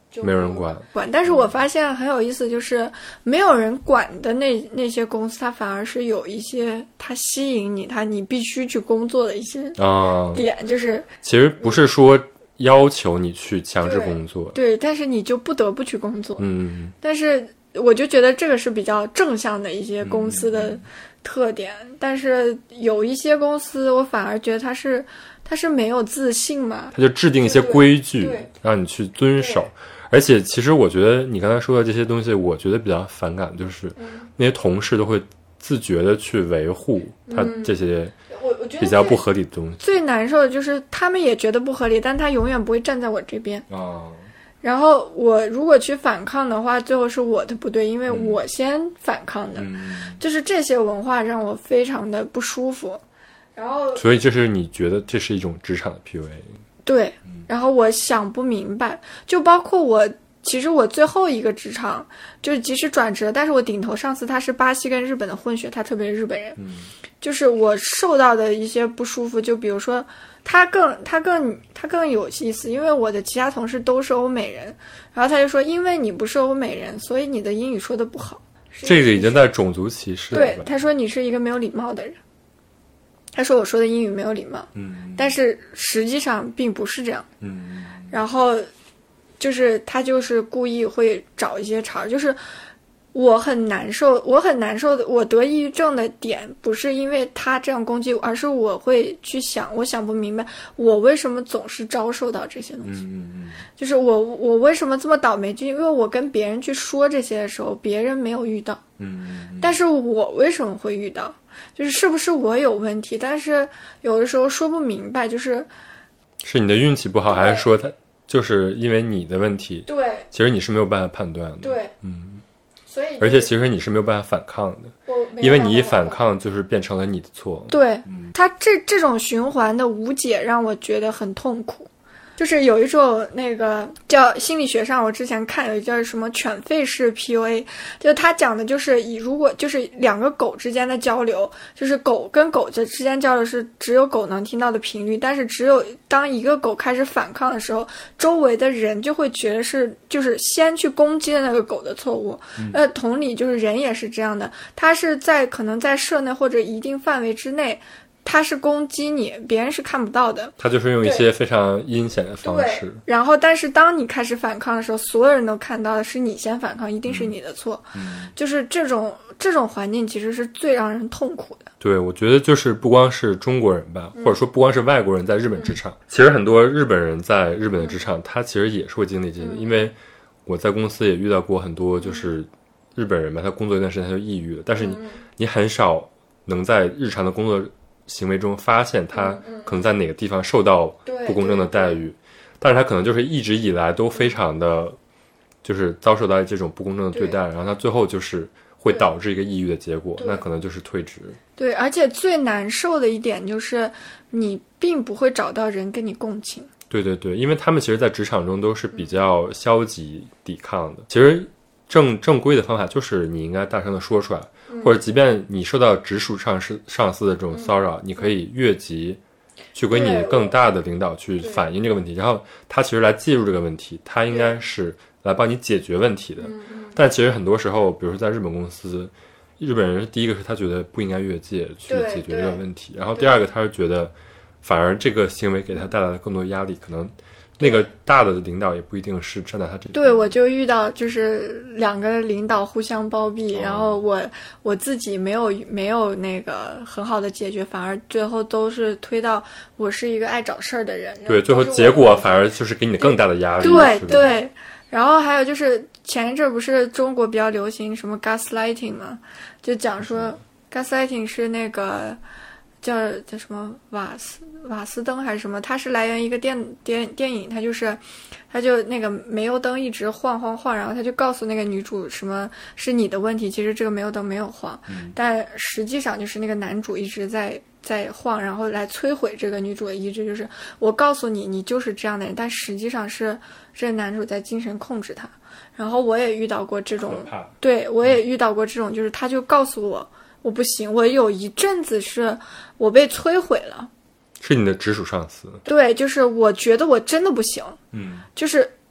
没有人管管。但是我发现很有意思，就是没有人管的那那些公司，它反而是有一些它吸引你，它你必须去工作的一些点，啊、就是其实不是说要求你去强制工作， 对，对，但是你就不得不去工作。 嗯， 但是我就觉得这个是比较正向的一些公司的特点，嗯、但是有一些公司，我反而觉得它是它是没有自信嘛， 它就制定一些规矩让你去遵守。而且其实我觉得你刚才说的这些东西，我觉得比较反感，就是那些同事都会自觉的去维护他这些比较不合理的东西。 嗯、最, 最难受的就是他们也觉得不合理，但他永远不会站在我这边啊。 然后我如果去反抗的话，最后是我的不对，因为我先反抗的。 嗯、 就是这些文化让我非常的不舒服。然后， 所以这是你觉得这是一种职场的 P U A？ 对。然后我想不明白，就包括我，其实我最后一个职场就是即使转职了，但是我顶头上司他是巴西跟日本的混血，他特别日本人， 嗯， 就是我受到的一些不舒服，就比如说他更他更他更有意思，因为我的其他同事都是欧美人，然后他就说，因为你不是欧美人，所以你的英语说的不好。 这个已经在种族歧视了。 对，他说你是一个没有礼貌的人。他说我说的英语没有礼貌， 嗯， 但是实际上并不是这样， 嗯， 然后就是他就是故意会找一些茬，就是我很难受，我很难受的，我得抑郁症的点不是因为他这样攻击我，而是我会去想，我想不明白我为什么总是遭受到这些东西， 嗯嗯， 就是我我为什么这么倒霉，就因为我跟别人去说这些的时候，别人没有遇到， 嗯， 但是我为什么会遇到？就是是不是我有问题，但是有的时候说不明白，就是是你的运气不好，还是说他就是因为你的问题？ 对， 其实你是没有办法判断的。 对， 嗯， 所以而且其实你是没有办法反抗的，因为你一反抗就是变成了你的错。 对， 嗯， 他这这种循环的无解让我觉得很痛苦。就是有一种那个叫心理学上，我之前看有一叫什么犬吠式 P U A， 就他讲的就是以如果就是两个狗之间的交流，就是狗跟狗之间交流是只有狗能听到的频率，但是只有当一个狗开始反抗的时候，周围的人就会觉得是就是先去攻击的那个狗的错误。 嗯、 呃，同理就是人也是这样的，他是在可能在社内或者一定范围之内。他是攻击你，别人是看不到的。 他就是用一些非常阴险的方式。 然后，但是当你开始反抗的时候，所有人都看到的是你先反抗，一定是你的错。 嗯， 就是这种这种环境其实是最让人痛苦的。 对，我觉得就是不光是中国人吧，嗯、或者说不光是外国人在日本职场，嗯、其实很多日本人在日本的职场，嗯、他其实也是会经历这些。嗯、因为我在公司也遇到过很多就是日本人吧，他工作一段时间他就抑郁了，但是你、嗯、你很少能在日常的工作行为中发现他可能在哪个地方受到不公正的待遇，但是他可能就是一直以来都非常的就是遭受到这种不公正的对待，然后他最后就是会导致一个抑郁的结果，那可能就是退职。 对，而且最难受的一点就是你并不会找到人跟你共情。 对对对，因为他们其实在职场中都是比较消极抵抗的，其实正正规的方法就是你应该大声的说出来，或者即便你受到直属上司上司的这种骚扰，嗯、你可以越级去跟你更大的领导去反映这个问题，然后他其实来介入这个问题，他应该是来帮你解决问题的。但其实很多时候，比如说在日本公司，日本人第一个是他觉得不应该越界去解决这个问题，然后第二个他是觉得反而这个行为给他带来了更多压力，可能那个大的领导也不一定是站在他这边。 对，我就遇到就是两个领导互相包庇， 哦、 然后我我自己没有没有那个很好的解决，反而最后都是推到我是一个爱找事儿的人。 对，最后结果反而就是给你更大的压力。 对对，然后还有就是前一阵不是中国比较流行什么 gaslighting 嘛，就讲说 gaslighting 是那个叫叫什么瓦斯瓦斯灯还是什么，它是来源于一个电电电影，它就是它就那个煤油灯一直晃晃晃，然后他就告诉那个女主什么是你的问题，其实这个煤油灯没有晃， 嗯、 但实际上就是那个男主一直在在晃，然后来摧毁这个女主的意志，就是我告诉你你就是这样的人，但实际上是这个男主在精神控制他。然后我也遇到过这种，对我也遇到过这种，就是他就告诉我我不行，我有一阵子是我被摧毁了。 是你的直属上司？ 对，就是我觉得我真的不行， 嗯， 就是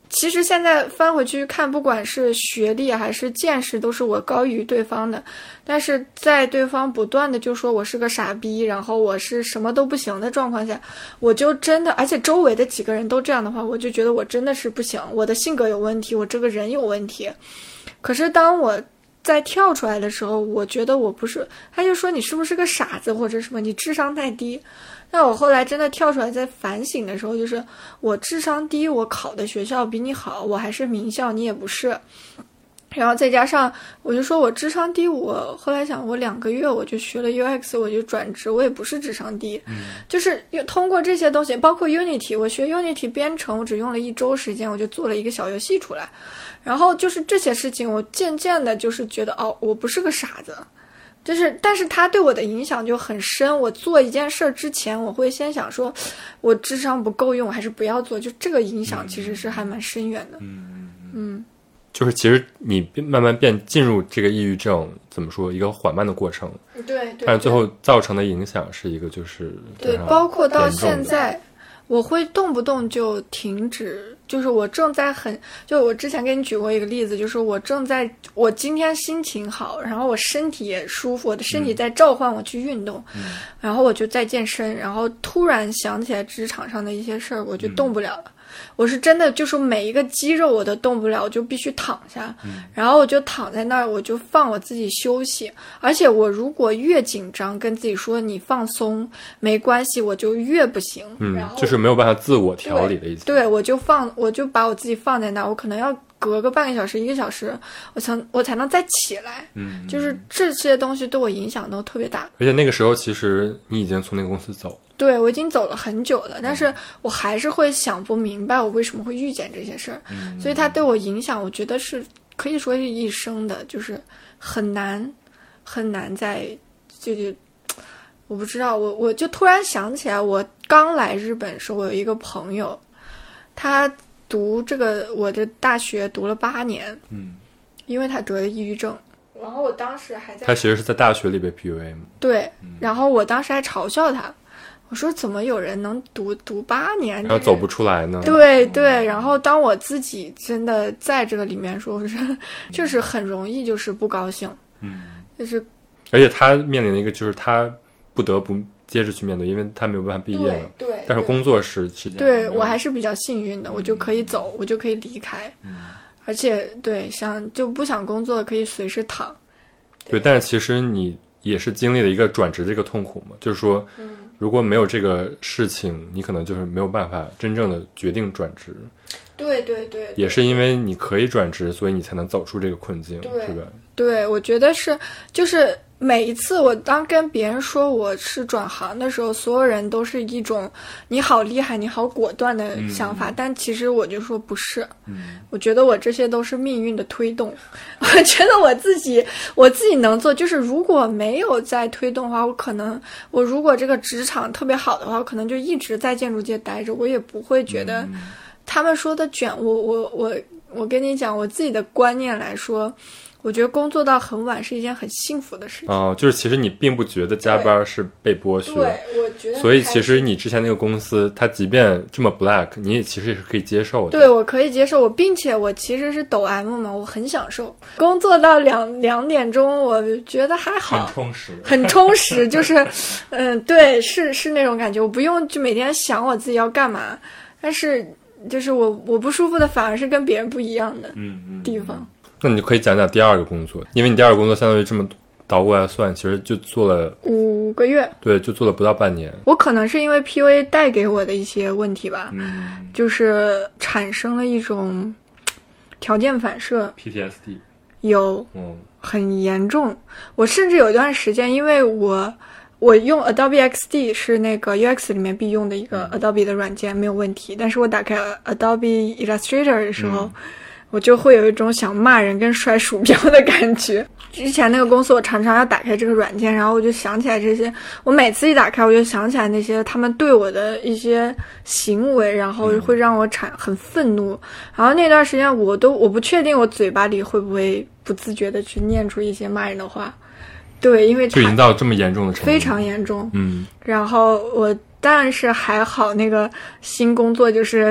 其实现在翻回去看，不管是学历还是见识，都是我高于对方的。但是在对方不断的就说我是个傻逼，然后我是什么都不行的状况下，我就真的，而且周围的几个人都这样的话，我就觉得我真的是不行，我的性格有问题，我这个人有问题。可是当我在跳出来的时候，我觉得我不是，他就说你是不是个傻子或者什么，你智商太低。那我后来真的跳出来在反省的时候，就是我智商低，我考的学校比你好，我还是名校，你也不是。然后再加上我就说我智商低，我后来想我两个月我就学了 U X， 我就转职，我也不是智商低，嗯、就是通过这些东西，包括 Unity， 我学 Unity 编程，我只用了一周时间，我就做了一个小游戏出来。然后就是这些事情，我渐渐的就是觉得哦，我不是个傻子。就是，但是他对我的影响就很深。我做一件事之前，我会先想说，我智商不够用，还是不要做。就这个影响其实是还蛮深远的。嗯嗯嗯。 就是其实你慢慢变进入这个抑郁症，怎么说，一个缓慢的过程。 对 对, 对。 但是最后造成的影响是一个就是对，包括到现在，我会动不动就停止。就是我正在很，就我之前给你举过一个例子，就是我正在，我今天心情好，然后我身体也舒服，我的身体在召唤我去运动，嗯、然后我就在健身，然后突然想起来职场上的一些事儿，我就动不了了。嗯、我是真的就是每一个肌肉我都动不了，我就必须躺下，嗯、然后我就躺在那儿，我就放我自己休息。而且我如果越紧张，跟自己说你放松没关系，我就越不行。 嗯， 然后就是没有办法自我调理的意思。 对，我就放。我就把我自己放在那儿，我可能要隔个半个小时、一个小时，我才我才能再起来。嗯，就是这些东西对我影响都特别大。 而且那个时候，其实你已经从那个公司走了。 对，我已经走了很久了，但是我还是会想不明白我为什么会遇见这些事儿。嗯，所以它对我影响，我觉得是可以说是一生的，就是很难很难在就就我不知道，我我就突然想起来，我刚来日本的时候，我有一个朋友。他读这个我的大学读了八年，嗯，因为他得了抑郁症。然后我当时还在， 他其实是在大学里被 P U A 吗？ 对，嗯、然后我当时还嘲笑他，我说怎么有人能读读八年， 然后走不出来呢？ 对对，然后当我自己真的在这个里面说，是就是很容易就是不高兴，嗯，就是， 而且他面临的一个就是他不得不。接着去面对，因为他没有办法毕业了。 对，对但是工作是时间。 对，我还是比较幸运的，我就可以走，我就可以离开。嗯，而且对，想就不想工作，可以随时躺。 对，对但是其实你也是经历了一个转职这个痛苦嘛，就是说，嗯、如果没有这个事情，你可能就是没有办法真正的决定转职。 对对 对, 对， 也是因为你可以转职，所以你才能走出这个困境，是吧？ 对，我觉得是，就是每一次我当跟别人说我是转行的时候，所有人都是一种你好厉害、你好果断的想法，嗯、但其实我就说不是，嗯、我觉得我这些都是命运的推动。我觉得我自己我自己能做，就是如果没有在推动的话，我可能我如果这个职场特别好的话，我可能就一直在建筑界待着，我也不会觉得。嗯他们说的卷，我我我我跟你讲，我自己的观念来说，我觉得工作到很晚是一件很幸福的事情。 哦，就是其实你并不觉得加班是被剥削， 对，我觉得。 所以其实你之前那个公司，它即便这么 black， 你也其实也是可以接受的。 对，我可以接受，我并且我其实是抖 M 嘛，我很享受工作到两两点钟，我觉得还好， 很充实， 很充实，就是嗯，对，是是那种感觉，我不用就每天想我自己要干嘛，但是。就是我我不舒服的反而是跟别人不一样的地方。嗯嗯、 那你就可以讲讲第二个工作，因为你第二个工作相当于这么倒过来算，其实就做了五个月， 对，就做了不到半年。 我可能是因为 P U A 带给我的一些问题吧，嗯、就是产生了一种条件反射 P T S D 有，嗯，很严重。我甚至有一段时间，因为我。我用 Adobe X D 是那个 U X 里面必用的一个 Adobe 的软件，没有问题。但是我打开 Adobe Illustrator 的时候，嗯、我就会有一种想骂人跟摔鼠标的感觉。之前那个公司我常常要打开这个软件，然后我就想起来这些，我每次一打开我就想起来那些他们对我的一些行为，然后会让我产很愤怒。然后那段时间我都我不确定我嘴巴里会不会不自觉的去念出一些骂人的话。对，因为就已经到这么严重的程度， 非常严重。 嗯， 然后我但是还好，那个新工作就是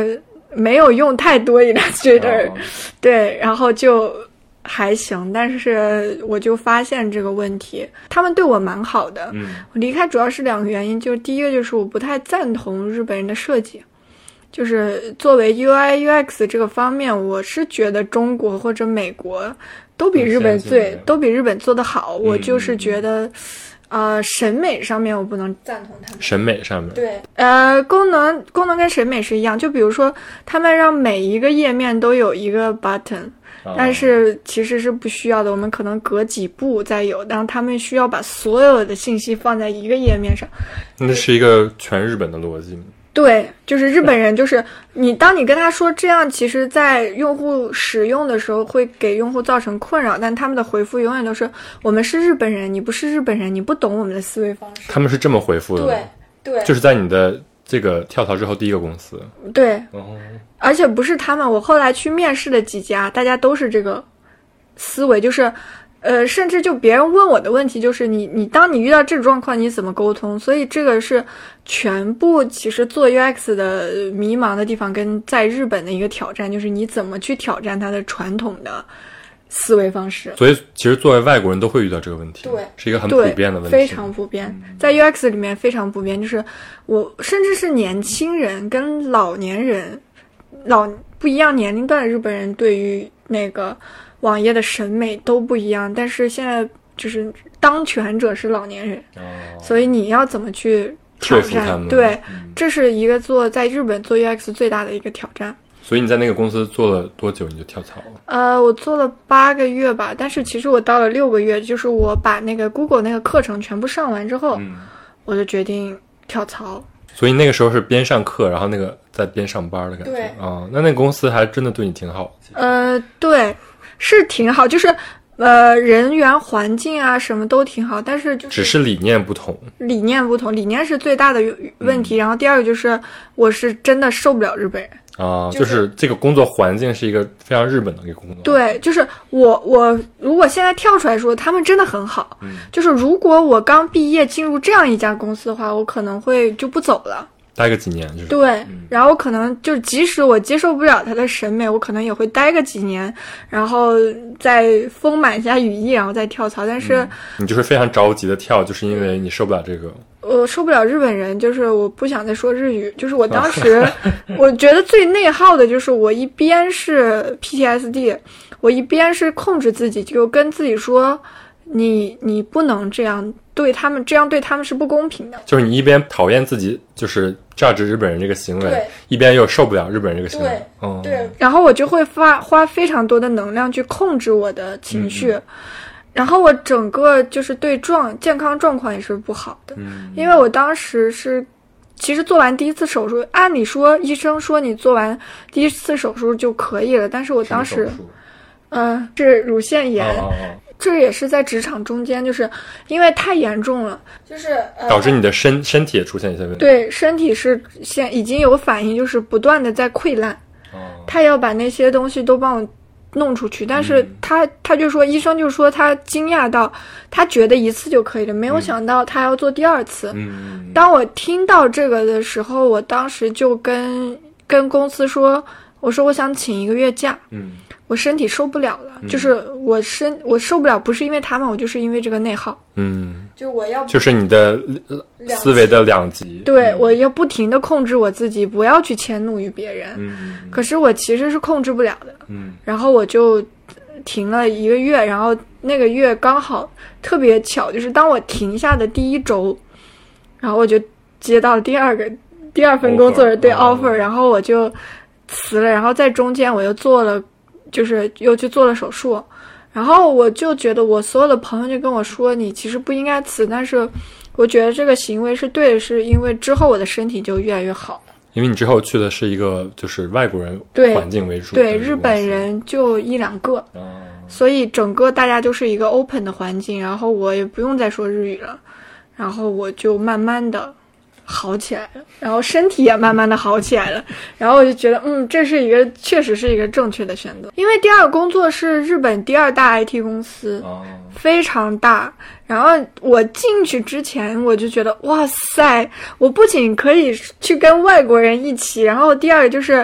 没有用太多 Illustrator，、 哦、 对，然后就还行，但是我就发现这个问题，他们对我蛮好的。 嗯， 我离开主要是两个原因，就是第一个就是我不太赞同日本人的设计，就是作为 U I U X 这个方面，我是觉得中国或者美国都比日本最都比日本做得好，我就是觉得。呃，审美上面我不能赞同他们。 审美上面， 对，呃，功能功能跟审美是一样，就比如说他们让每一个页面都有一个 button，、哦、但是其实是不需要的，我们可能隔几步再有，然后他们需要把所有的信息放在一个页面上。 那是一个全日本的逻辑吗？ 对，就是日本人，就是你当你跟他说这样，其实在用户使用的时候会给用户造成困扰，但他们的回复永远都是我们是日本人，你不是日本人，你不懂我们的思维方式。 他们是这么回复的。 对对， 就是在你的这个跳槽之后第一个公司。 对、 哦、 而且不是他们，我后来去面试的几家，大家都是这个思维，就是呃，甚至就别人问我的问题就是你你当你遇到这种状况你怎么沟通，所以这个是全部其实做 U X 的迷茫的地方跟在日本的一个挑战，就是你怎么去挑战它的传统的思维方式。 所以其实作为外国人都会遇到这个问题， 对， 是一个很普遍的问题， 非常普遍，在 U X 里面非常普遍，就是我甚至是年轻人跟老年人老不一样年龄段的日本人对于那个网页的审美都不一样，但是现在就是当权者是老年人、哦、所以你要怎么去挑战，对、嗯、这是一个做在日本做 U X 最大的一个挑战。 所以你在那个公司做了多久你就跳槽了？ 呃，我做了八个月吧，但是其实我到了六个月，就是我把那个 Google 那个课程全部上完之后、嗯、我就决定跳槽。 所以那个时候是边上课然后那个在边上班的感觉。 对、 哦、那那个公司还真的对你挺好。 呃，对，是挺好，就是呃人员环境啊什么都挺好，但是就是只是理念不同， 理念不同，理念是最大的问题、嗯、然后第二个就是我是真的受不了日本人啊、就是，就是这个工作环境是一个非常日本的一个工作。 对，就是我我如果现在跳出来说，他们真的很好。嗯，就是如果我刚毕业进入这样一家公司的话，我可能会就不走了， 待个几年就是。 对、 嗯， 然后可能就即使我接受不了他的审美，我可能也会待个几年，然后再丰满一下羽翼，然后再跳槽。但是、嗯、 你就是非常着急的跳，就是因为你受不了这个。 我受不了日本人，就是我不想再说日语。就是我当时，我觉得最内耗的就是我一边是 P T S D， 我一边是控制自己，就跟自己说，你你不能这样对他们，这样对他们是不公平的。 就是你一边讨厌自己，就是榨汁日本人这个行为，一边又受不了日本人这个行为。 对， 嗯、 对。然后我就会发花非常多的能量去控制我的情绪。嗯，然后我整个就是对状健康状况也是不好的、嗯、因为我当时是其实做完第一次手术，按理说医生说你做完第一次手术就可以了，但是我当时嗯、呃、是乳腺炎、哦哦哦、这也是在职场中间，就是因为太严重了，就是、呃、 导致你的身身体也出现一些问题。 对，身体是现已经有反应，就是不断的在溃烂、哦、他要把那些东西都帮我弄出去，但是他、嗯、他就说医生就说他惊讶到他觉得一次就可以了，没有想到他要做第二次。嗯，当我听到这个的时候，我当时就跟跟公司说，我说我想请一个月假。嗯，我身体受不了了、嗯、就是我身我受不了，不是因为他们，我就是因为这个内耗。嗯，就我要就是你的思维的两极。 对、嗯、我要不停的控制我自己，不要去迁怒于别人。嗯，可是我其实是控制不了的。嗯，然后我就停了一个月，然后那个月刚好特别巧，就是当我停下的第一周，然后我就接到了第二个第二份工作 offer, 对 offer、哦、然后我就辞了，然后在中间我又做了就是又去做了手术，然后我就觉得我所有的朋友就跟我说，你其实不应该辞，但是我觉得这个行为是对的，是因为之后我的身体就越来越好。 因为你之后去的是一个就是外国人环境为主， 对，对日本人就一两个、哦、所以整个大家就是一个 open 的环境，然后我也不用再说日语了，然后我就慢慢的好起来了，然后身体也慢慢的好起来了，然后我就觉得嗯，这是一个确实是一个正确的选择。因为第二个工作是日本第二大 I T 公司、哦、非常大，然后我进去之前我就觉得哇塞，我不仅可以去跟外国人一起，然后第二个就是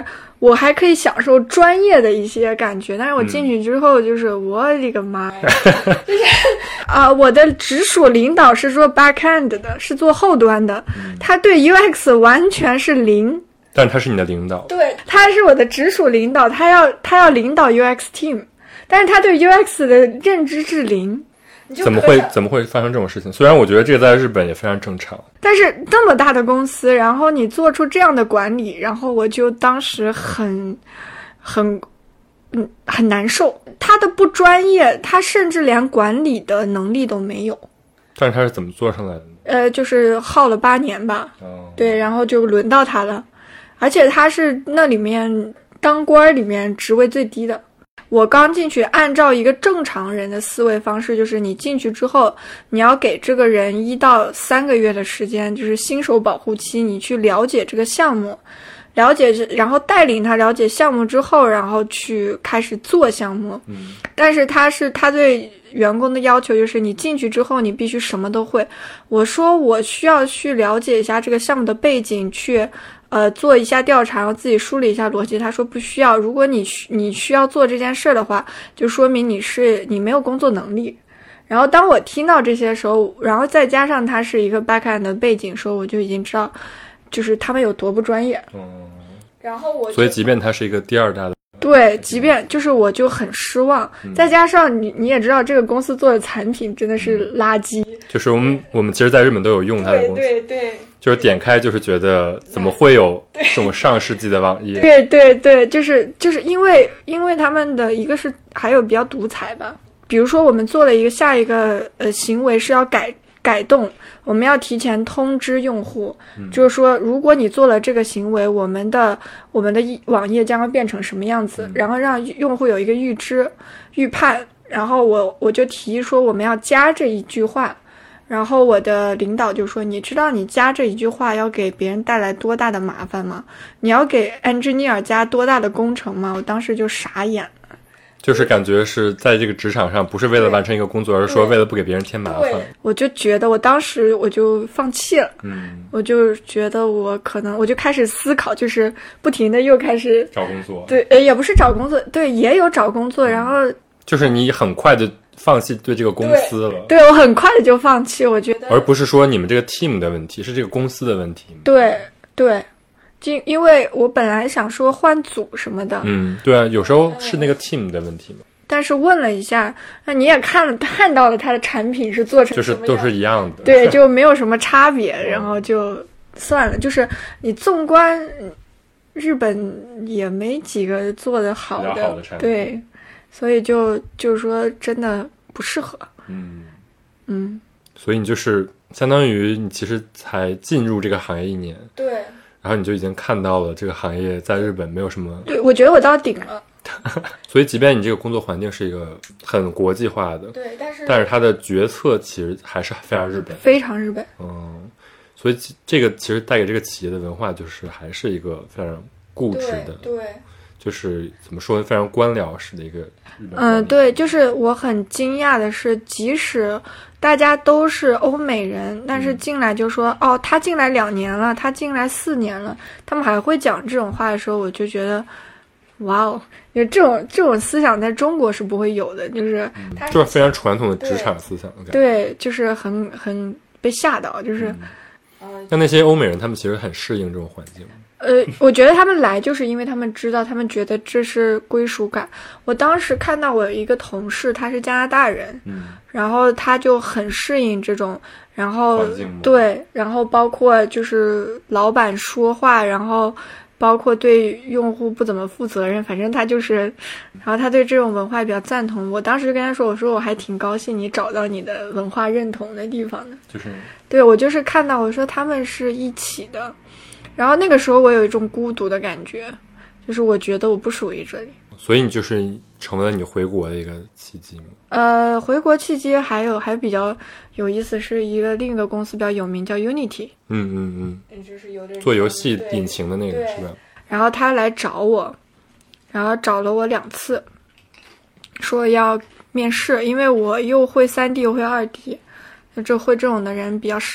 我还可以享受专业的一些感觉，但是我进去之后就是、嗯、我的个妈呀，就是啊、呃，我的直属领导是做 backend 的，是做后端的，嗯、他对 U X 完全是零。 但他是你的领导， 对，他是我的直属领导，他要他要领导 U X team， 但是他对 U X 的认知是零。 怎么会怎么会发生这种事情？虽然我觉得这个在日本也非常正常， 但是这么大的公司，然后你做出这样的管理，然后我就当时很很嗯很难受。他的不专业，他甚至连管理的能力都没有。 但是他是怎么做上来的？ 呃，就是耗了八年吧。 哦， 对，然后就轮到他了。而且他是那里面当官里面职位最低的。我刚进去，按照一个正常人的思维方式，就是你进去之后，你要给这个人一到三个月的时间，就是新手保护期，你去了解这个项目，了解，然后带领他了解项目之后，然后去开始做项目。 嗯， 但是他是他对员工的要求就是你进去之后你必须什么都会。我说我需要去了解一下这个项目的背景，去呃做一下调查，然后自己梳理一下逻辑。他说不需要，如果你你需要做这件事的话，就说明你是你没有工作能力。然后当我听到这些时候，然后再加上他是一个 backend 的背景时候，我就已经知道就是他们有多不专业。 嗯， 然后我所以即便他是一个第二大的， 对，即便就是我就很失望，嗯、再加上你你也知道这个公司做的产品真的是垃圾，嗯、 就是我们我们其实在日本都有用它的公司， 对对对， 就是点开就是觉得怎么会有这种上世纪的网页？ 对对对，就是就是因为因为他们的一个是还有比较独裁吧，比如说我们做了一个下一个呃行为是要改。改动，我们要提前通知用户， 嗯、 就是说，如果你做了这个行为，我们的我们的网页将会变成什么样子， 嗯、 然后让用户有一个预知、预判。然后我我就提议说，我们要加这一句话。然后我的领导就说：“你知道你加这一句话要给别人带来多大的麻烦吗？你要给 engineer 加多大的工程吗？”我当时就傻眼了。 就是感觉是在这个职场上，不是为了完成一个工作，而是说为了不给别人添麻烦。 我就觉得，我当时我就放弃了。 嗯， 我就觉得我可能，我就开始思考，就是不停的又开始找工作。 对，呃，也不是找工作，对，也有找工作，然后就是你很快的放弃对这个公司了。 对，对我很快的就放弃，我觉得， 而不是说你们这个 team 的问题，是这个公司的问题。 对对。因因为我本来想说换组什么的， 嗯，对啊，有时候是那个 team 的问题嘛。 但是问了一下，那你也看了看到了他的产品是做成就是都是一样的， 对，就没有什么差别，然后就算了。就是你纵观日本也没几个做的好的， 好的产品， 对，所以就就是说真的不适合。 嗯嗯， 所以你就是相当于你其实才进入这个行业一年， 对。 然后你就已经看到了这个行业在日本没有什么， 对，我觉得我到顶了。 所以即便你这个工作环境是一个很国际化的， 对，但是但是它的决策其实还是非常日本， 非常日本。 嗯，所以这个其实带给这个企业的文化就是还是一个非常固执的， 对，对就是怎么说非常官僚式的一个日本。 嗯，对，就是我很惊讶的是，即使大家都是欧美人，但是进来就说、嗯、哦，他进来两年了，他进来四年了，他们还会讲这种话的时候，我就觉得哇哦，就这种这种思想在中国是不会有的，就是它、 嗯、就是非常传统的职场思想的感觉。 对，就是很很被吓到，就是。 嗯、像那些欧美人，他们其实很适应这种环境。 呃，我觉得他们来就是因为他们知道，他们觉得这是归属感。我当时看到我有一个同事，他是加拿大人， 嗯， 然后他就很适应这种，然后对，然后包括就是老板说话，然后包括对用户不怎么负责任，反正他就是，然后他对这种文化比较赞同。我当时就跟他说，我说我还挺高兴你找到你的文化认同的地方的， 就是对我就是看到我说他们是一起的。然后那个时候我有一种孤独的感觉，就是我觉得我不属于这里， 所以你就是成为了你回国的一个契机吗？ 呃，回国契机还有还比较有意思，是一个另一个公司比较有名叫 Unity， 嗯嗯嗯，就是有的做游戏引擎的那个是吧？ 然后他来找我，然后找了我两次，说要面试，因为我又会 三 D 又会 二 D， 这会这种的人比较少。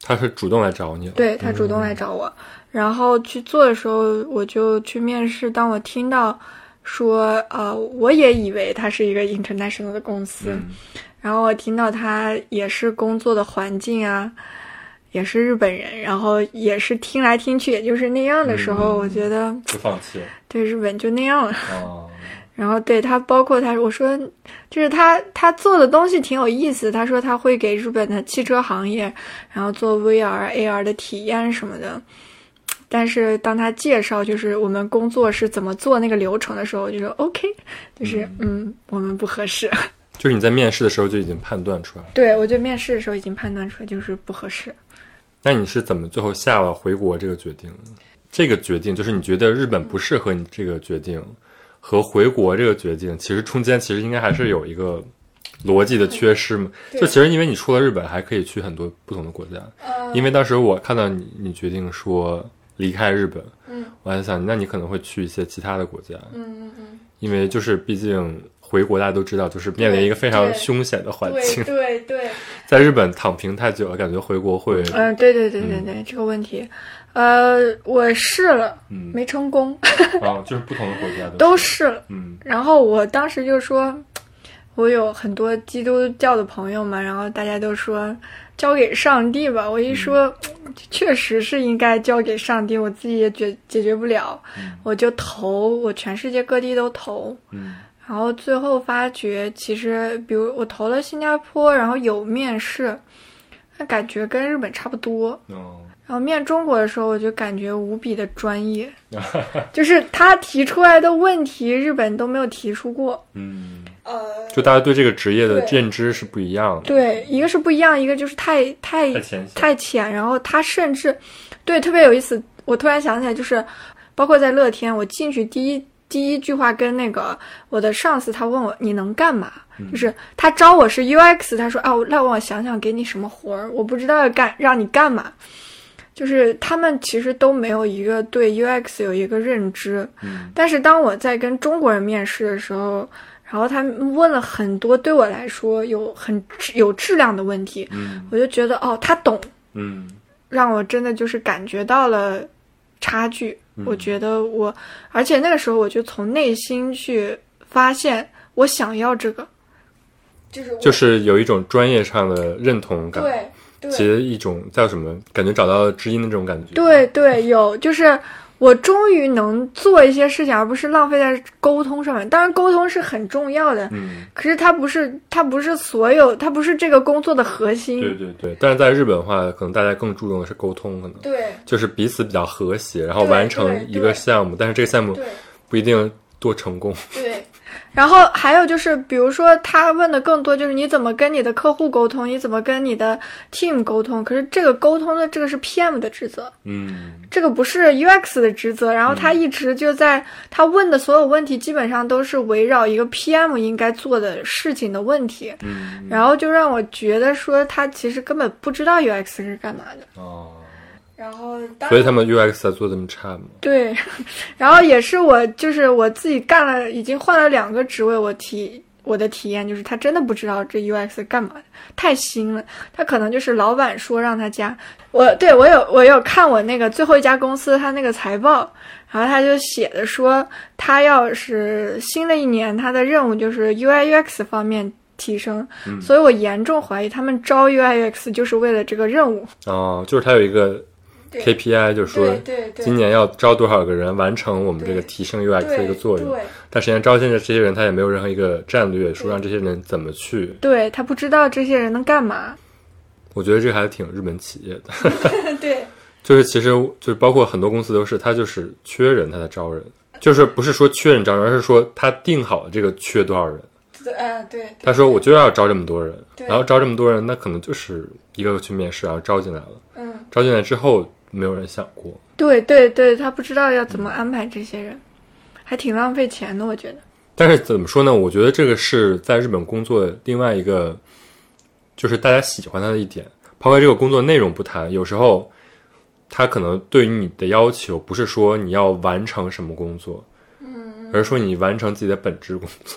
他是主动来找你了？ 对，他主动来找我、嗯、然后去做的时候我就去面试，当我听到说呃，我也以为他是一个 international 的公司、嗯、然后我听到他也是工作的环境啊也是日本人，然后也是听来听去也就是那样的时候、嗯、我觉得就放弃了， 对，日本就那样了、 哦、 然后对他包括他我说就是他他做的东西挺有意思，他说他会给日本的汽车行业然后做 V R A R 的体验什么的，但是当他介绍就是我们工作是怎么做那个流程的时候，我就说 OK， 就是嗯, 嗯我们不合适。 就是你在面试的时候就已经判断出来了？对， 我就面试的时候已经判断出来就是不合适。 那你是怎么最后下了回国这个决定？这个决定就是你觉得日本不适合你这个决定和回国这个决定其实中间其实应该还是有一个逻辑的缺失嘛？就其实因为你出了日本还可以去很多不同的国家、呃、因为当时我看到你你决定说离开日本，嗯，我还想那你可能会去一些其他的国家，嗯嗯嗯，因为就是毕竟回国大家都知道就是面临一个非常凶险的环境， 对对 对, 对在日本躺平太久了感觉回国会嗯、呃，对对对对对、嗯、这个问题呃，我试了、嗯、没成功哦，就是不同的国家都试了， 嗯， 然后我当时就说我有很多基督教的朋友嘛，然后大家都说交给上帝吧，我一说、嗯、确实是应该交给上帝，我自己也解解决不了、嗯、我就投，我全世界各地都投，嗯，然后最后发觉其实比如我投了新加坡，然后有面试，那感觉跟日本差不多、哦，然后面中国的时候我就感觉无比的专业就是他提出来的问题日本都没有提出过， 嗯，呃，就大家对这个职业的认知是不一样的， 对，一个是不一样，一个就是太太太浅太浅，然后他甚至对特别有意思，我突然想起来就是包括在乐天我进去第一第一句话跟那个我的上司他问我你能干嘛、嗯、就是他招我是 U X， 他说啊让我想想给你什么活儿，我不知道要干让你干嘛，就是他们其实都没有一个对 U X 有一个认知、嗯、但是当我在跟中国人面试的时候，然后他问了很多对我来说有很有质量的问题、嗯、我就觉得哦他懂，嗯，让我真的就是感觉到了差距、嗯、我觉得我而且那个时候我就从内心去发现我想要这个，就是就是有一种专业上的认同感， 对对， 其实一种叫什么感觉找到了知音的这种感觉， 对对，有就是我终于能做一些事情而不是浪费在沟通上面，当然沟通是很重要的，嗯，可是它不是它不是所有它不是这个工作的核心， 对对对，但是在日本的话可能大家更注重的是沟通，可能对， 就是彼此比较和谐然后完成一个项目，但是这个项目不一定多成功， 对，然后还有就是比如说他问的更多就是你怎么跟你的客户沟通，你怎么跟你的 team 沟通，可是这个沟通的这个是 P M 的职责，嗯，这个不是 U X 的职责，然后他一直就在、嗯、他问的所有问题基本上都是围绕一个 P M 应该做的事情的问题，嗯，然后就让我觉得说他其实根本不知道 U X 是干嘛的，哦，然后所以他们 U X 才做这么差吗？ 对，然后也是我就是我自己干了已经换了两个职位，我体我的体验就是他真的不知道这 U X 干嘛的，太新了，他可能就是老板说让他加，我对我有我有看我那个最后一家公司他那个财报，然后他就写的说他要是新的一年他的任务就是 U I U X 方面提升、嗯、所以我严重怀疑他们招 U I U X 就是为了这个任务， 哦，就是他有一个K P I 就是说今年要招多少个人完成我们这个提升 U X 的一个作用，但实际上招进的这些人他也没有任何一个战略说让这些人怎么去， 对，他不知道这些人能干嘛， 我觉得这个还挺日本企业的对， 就是其实就是包括很多公司都是他就是缺人他在招人，就是不是说缺人招人，而是说他定好了这个缺多少人， 对、呃、对, 对， 他说我就要招这么多人，然后招这么多人那可能就是一个个去面试然后招进来了，嗯，招进来之后没有人想过， 对对对，他不知道要怎么安排这些人、嗯、还挺浪费钱的我觉得。 但是怎么说呢，我觉得这个是在日本工作的另外一个就是大家喜欢他的一点，抛开这个工作内容不谈，有时候他可能对于你的要求不是说你要完成什么工作，嗯，而是说你完成自己的本职工作，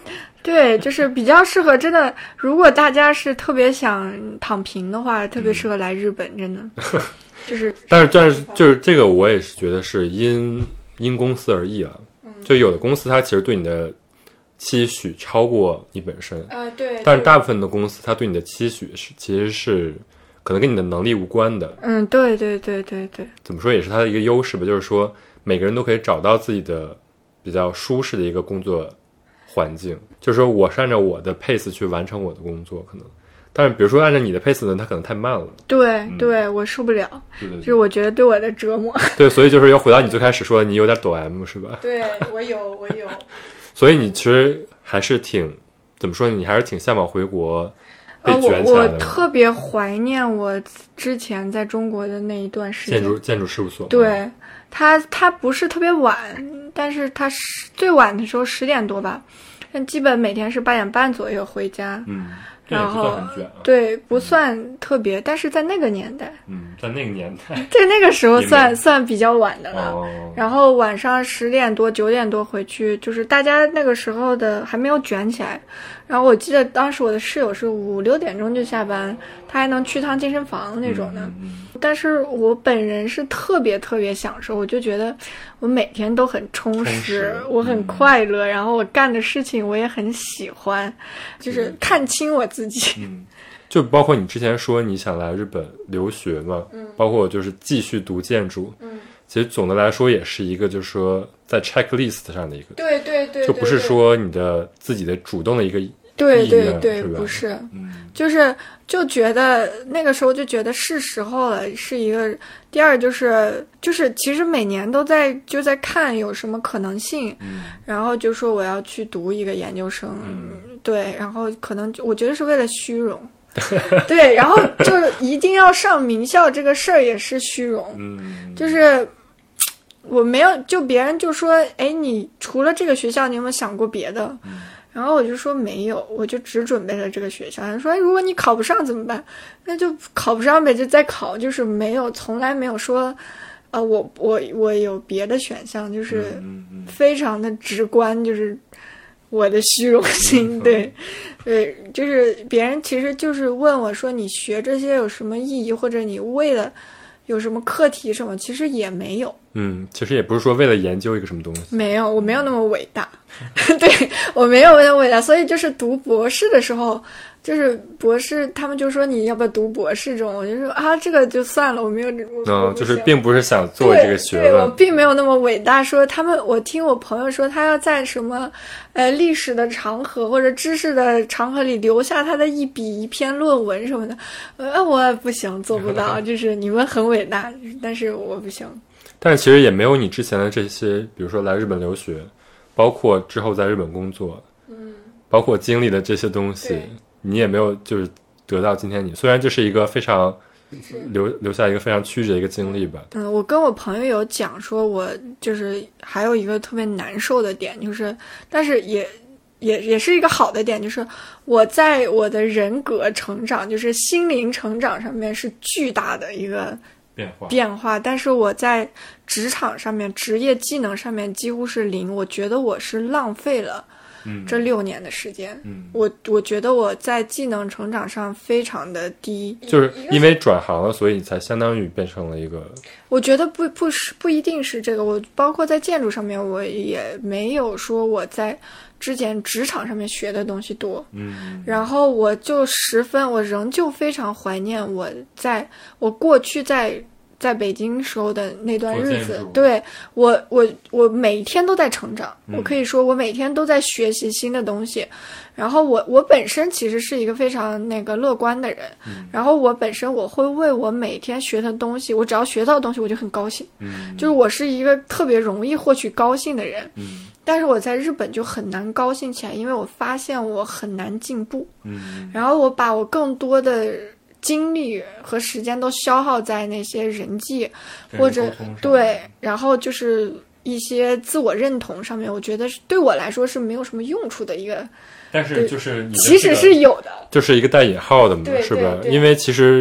对，就是比较适合真的，如果大家是特别想躺平的话，特别适合来日本，真的。就是， 但是但是就是这个，我也是觉得是因因公司而异啊。就有的公司它其实对你的期许超过你本身， 呃，对。 但是大部分的公司它对你的期许是其实是可能跟你的能力无关的。 嗯，对对对对对。 怎么说也是它的一个优势吧，就是说每个人都可以找到自己的比较舒适的一个工作环境，就是说我是按照我的 pace 去完成我的工作，可能。但是比如说按照你的 pace 呢，它可能太慢了。 对、 嗯、 对，我受不了。 对对对， 就是我觉得对我的折磨。 对，所以就是又回到你最开始说的，你有点抖 M 是吧？ 对，我有，我有。 所以你其实还是挺怎么说呢？你还是挺向往回国被卷起来的、 呃、我, 我特别怀念我之前在中国的那一段时间。 建筑建筑事务所。 对，它它不是特别晚，但是它是最晚的时候十点多吧，但基本每天是八点半左右回家。 嗯。 然后不算很卷、啊、 对，不算特别、嗯、但是在那个年代， 嗯，在那个年代， 在那个时候算算比较晚的了、 哦、 然后晚上十点多九点多回去，就是大家那个时候的还没有卷起来。然后我记得当时我的室友是五六点钟就下班，他还能去趟健身房那种的、 嗯嗯、 但是我本人是特别特别享受，我就觉得我每天都很充实, 充实我很快乐、嗯、然后我干的事情我也很喜欢，就是看清我自己。 嗯，就包括你之前说你想来日本留学嘛， 嗯， 包括就是继续读建筑， 嗯， 其实总的来说也是一个就是说在 checklist 上的一个， 对对 对, 对， 就不是说你的自己的主动的一个意愿， 对对对， 是吧？ 不是， 嗯， 就是就觉得那个时候就觉得是时候了，是一个。第二就是就是其实每年都在就在看有什么可能性， 嗯， 然后就说我要去读一个研究生， 嗯， 对，然后可能我觉得是为了虚荣。对，然后就是一定要上名校这个事儿也是虚荣， 嗯， 就是我没有，就别人就说，哎，你除了这个学校，你有没有想过别的？ 嗯， 然后我就说没有，我就只准备了这个学校。他说，哎，如果你考不上怎么办？那就考不上呗，就再考，就是没有，从来没有说，呃，我我我有别的选项，就是非常的直观，就是我的虚荣心，对。对，就是别人其实就是问我说你学这些有什么意义，或者你为了有什么课题什么，其实也没有。 嗯，其实也不是说为了研究一个什么东西。 没有，我没有那么伟大。对，我没有那么伟大，所以就是读博士的时候，就是博士他们就说你要不要读博士这种，我就说啊，这个就算了，我没有这种。 嗯，就是并不是想做这个学问。 对，我并没有那么伟大。说他们，我听我朋友说，他要在什么呃历史的长河或者知识的长河里留下他的一笔一篇论文什么的，呃，我不行，做不到。就是你们很伟大，但是我不行。 但是其实也没有你之前的这些，比如说来日本留学，包括之后在日本工作， 嗯， 包括经历的这些东西，你也没有就是得到今天你。虽然这是一个非常留留下一个非常曲折的一个经历吧。 嗯，我跟我朋友有讲说，我就是还有一个特别难受的点，就是但是也也也是一个好的点，就是我在我的人格成长，就是心灵成长上面是巨大的一个变化变化，但是我在职场上面职业技能上面几乎是零，我觉得我是浪费了这六年的时间。 嗯， 我我觉得我在技能成长上非常的低， 就是因为转行了，所以才相当于变成了一个。 我觉得不不是不一定是这个，我包括在建筑上面，我也没有说我在之前职场上面学的东西多。 嗯， 然后我就十分，我仍旧非常怀念我在我过去在。在北京时候的那段日子，对，我我我每天都在成长、嗯、我可以说我每天都在学习新的东西，然后我我本身其实是一个非常那个乐观的人、嗯、然后我本身我会为我每天学的东西，我只要学到的东西我就很高兴、嗯、就是我是一个特别容易获取高兴的人、嗯、但是我在日本就很难高兴起来，因为我发现我很难进步、嗯、然后我把我更多的精力和时间都消耗在那些人际或者对，然后就是一些自我认同上面，我觉得是对我来说是没有什么用处的一个。 但是就是你、这个、 其实是有的， 就是一个带引号的嘛，是吧？因为其实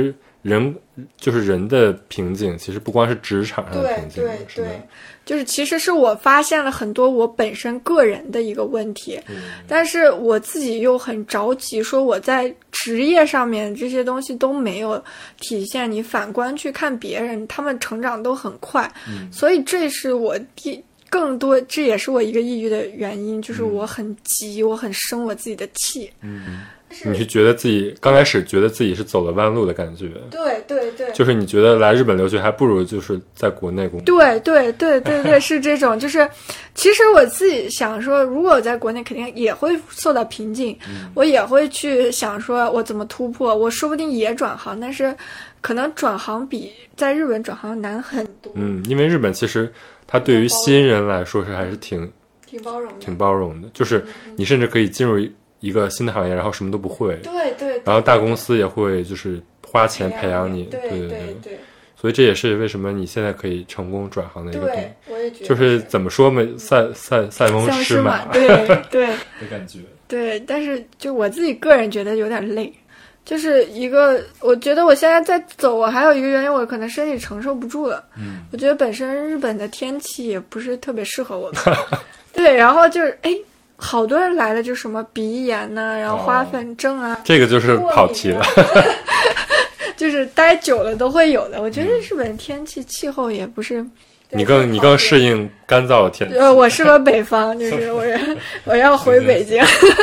人就是人的瓶颈，其实不光是职场上的瓶颈， 对对对，就是其实是我发现了很多我本身个人的一个问题，嗯、但是我自己又很着急，说我在职业上面这些东西都没有体现。你反观去看别人，他们成长都很快，嗯、所以这是我第更多，这也是我一个抑郁的原因，就是我很急，嗯、我很生我自己的气。嗯。 你是觉得自己刚开始觉得自己是走了弯路的感觉？ 对对对， 就是你觉得来日本留学还不如就是在国内工作。 对对对对对，是这种。就是其实我自己想说，如果我在国内肯定也会受到瓶颈，嗯、我也会去想说我怎么突破，我说不定也转行，但是可能转行比在日本转行难很多。 嗯，因为日本其实它对于新人来说是还是挺挺包容的， 挺包容的，就是你甚至可以进入一个新的行业，然后什么都不会， 对 对, 对， 然后大公司也会就是花钱培养你， 对对对对对, 对， 所以这也是为什么你现在可以成功转行的一个对，我也觉得就是怎么说嘛，塞塞塞翁失马， 对对的感觉， 对，但是就我自己个人觉得有点累，就是一个，我觉得我现在在走，我还有一个原因，我可能身体承受不住了，嗯，我觉得本身日本的天气也不是特别适合我们，对，然后就是哎。好多人来了，就什么鼻炎呐、啊，然后花粉症啊、哦， 这个就是跑题了， 就是待久了都会有的。我觉得日本天气气候也不是， 你更你更适应干燥的天气。 呃，我适合北方，就是我我要回北京。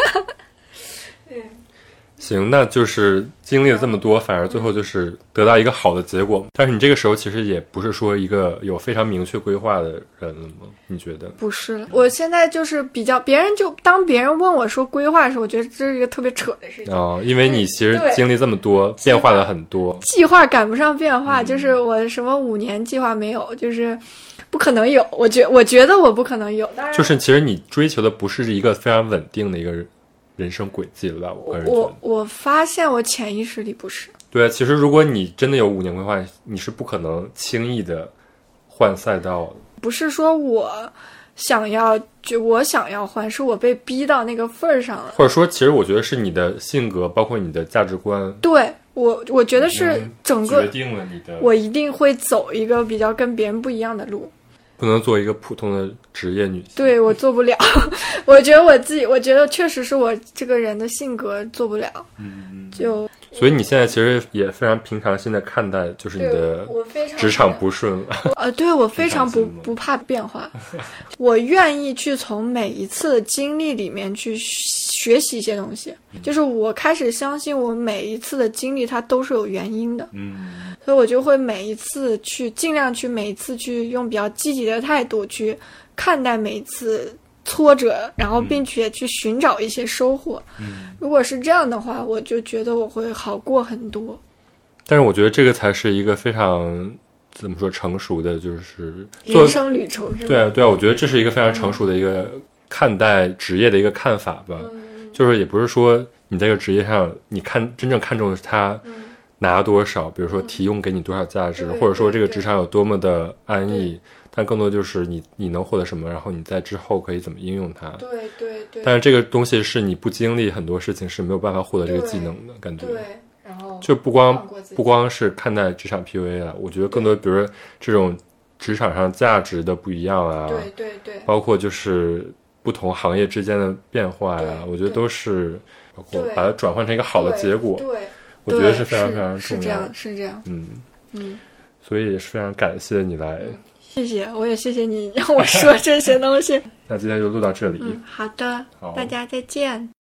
行，那就是经历了这么多，反而最后就是得到一个好的结果。但是你这个时候其实也不是说一个有非常明确规划的人了吗？你觉得？ 不是，我现在就是比较，别人就当别人问我说规划的时候，我觉得这是一个特别扯的事情。 哦，因为你其实经历这么多，变化了很多， 计划赶不上变化，嗯、就是我什么五年计划没有，就是不可能有。我觉我觉得我不可能有，当然就是其实你追求的不是一个非常稳定的一个人。人生轨迹了吧？我个人觉得， 我我发现我潜意识里不是。 对啊，其实如果你真的有五年规划，你是不可能轻易的换赛道的。 不是说我想要，就我想要换，是我被逼到那个份儿上了。 或者说，其实我觉得是你的性格，包括你的价值观。 对我，我觉得是整个决定了你的。 我一定会走一个比较跟别人不一样的路。 不能做一个普通的职业女性， 对，我做不了。我觉得我自己，我觉得确实是我这个人的性格做不了。嗯，就所以你现在其实也非常平常心的看待，就是你的职场不顺了。 呃，对，我非常不不怕变化，我愿意去从每一次的经历里面去学习一些东西。就是我开始相信，我每一次的经历它都是有原因的。嗯。所以我就会每一次去尽量去每一次去用比较积极的态度去看待每一次挫折，然后并且去寻找一些收获。嗯，如果是这样的话，我就觉得我会好过很多。 但是我觉得这个才是一个非常怎么说成熟的，就是人生旅程是吧？ 对啊，对啊，我觉得这是一个非常成熟的一个看待职业的一个看法吧。嗯，就是也不是说你在这个职业上，你看真正看重的是它。嗯，拿多少，比如说提供给你多少价值， 嗯、 或者说这个职场有多么的安逸，但更多就是你你能获得什么，然后你在之后可以怎么应用它。 对对对。 但是这个东西是你不经历很多事情是没有办法获得这个技能的感觉。 对，然后就不光不光是看待职场 P U A 啊，我觉得更多比如说这种职场上价值的不一样啊， 对对对， 包括就是不同行业之间的变化呀、啊，我觉得都是包括把它转换成一个好的结果。 对。对我觉得是非常非常重要的， 是这样，是这样， 嗯嗯， 所以也是非常感谢你来， 谢谢，我也谢谢你让我说这些东西。 那今天就录到这里， 嗯，好的， 好， 大家再见。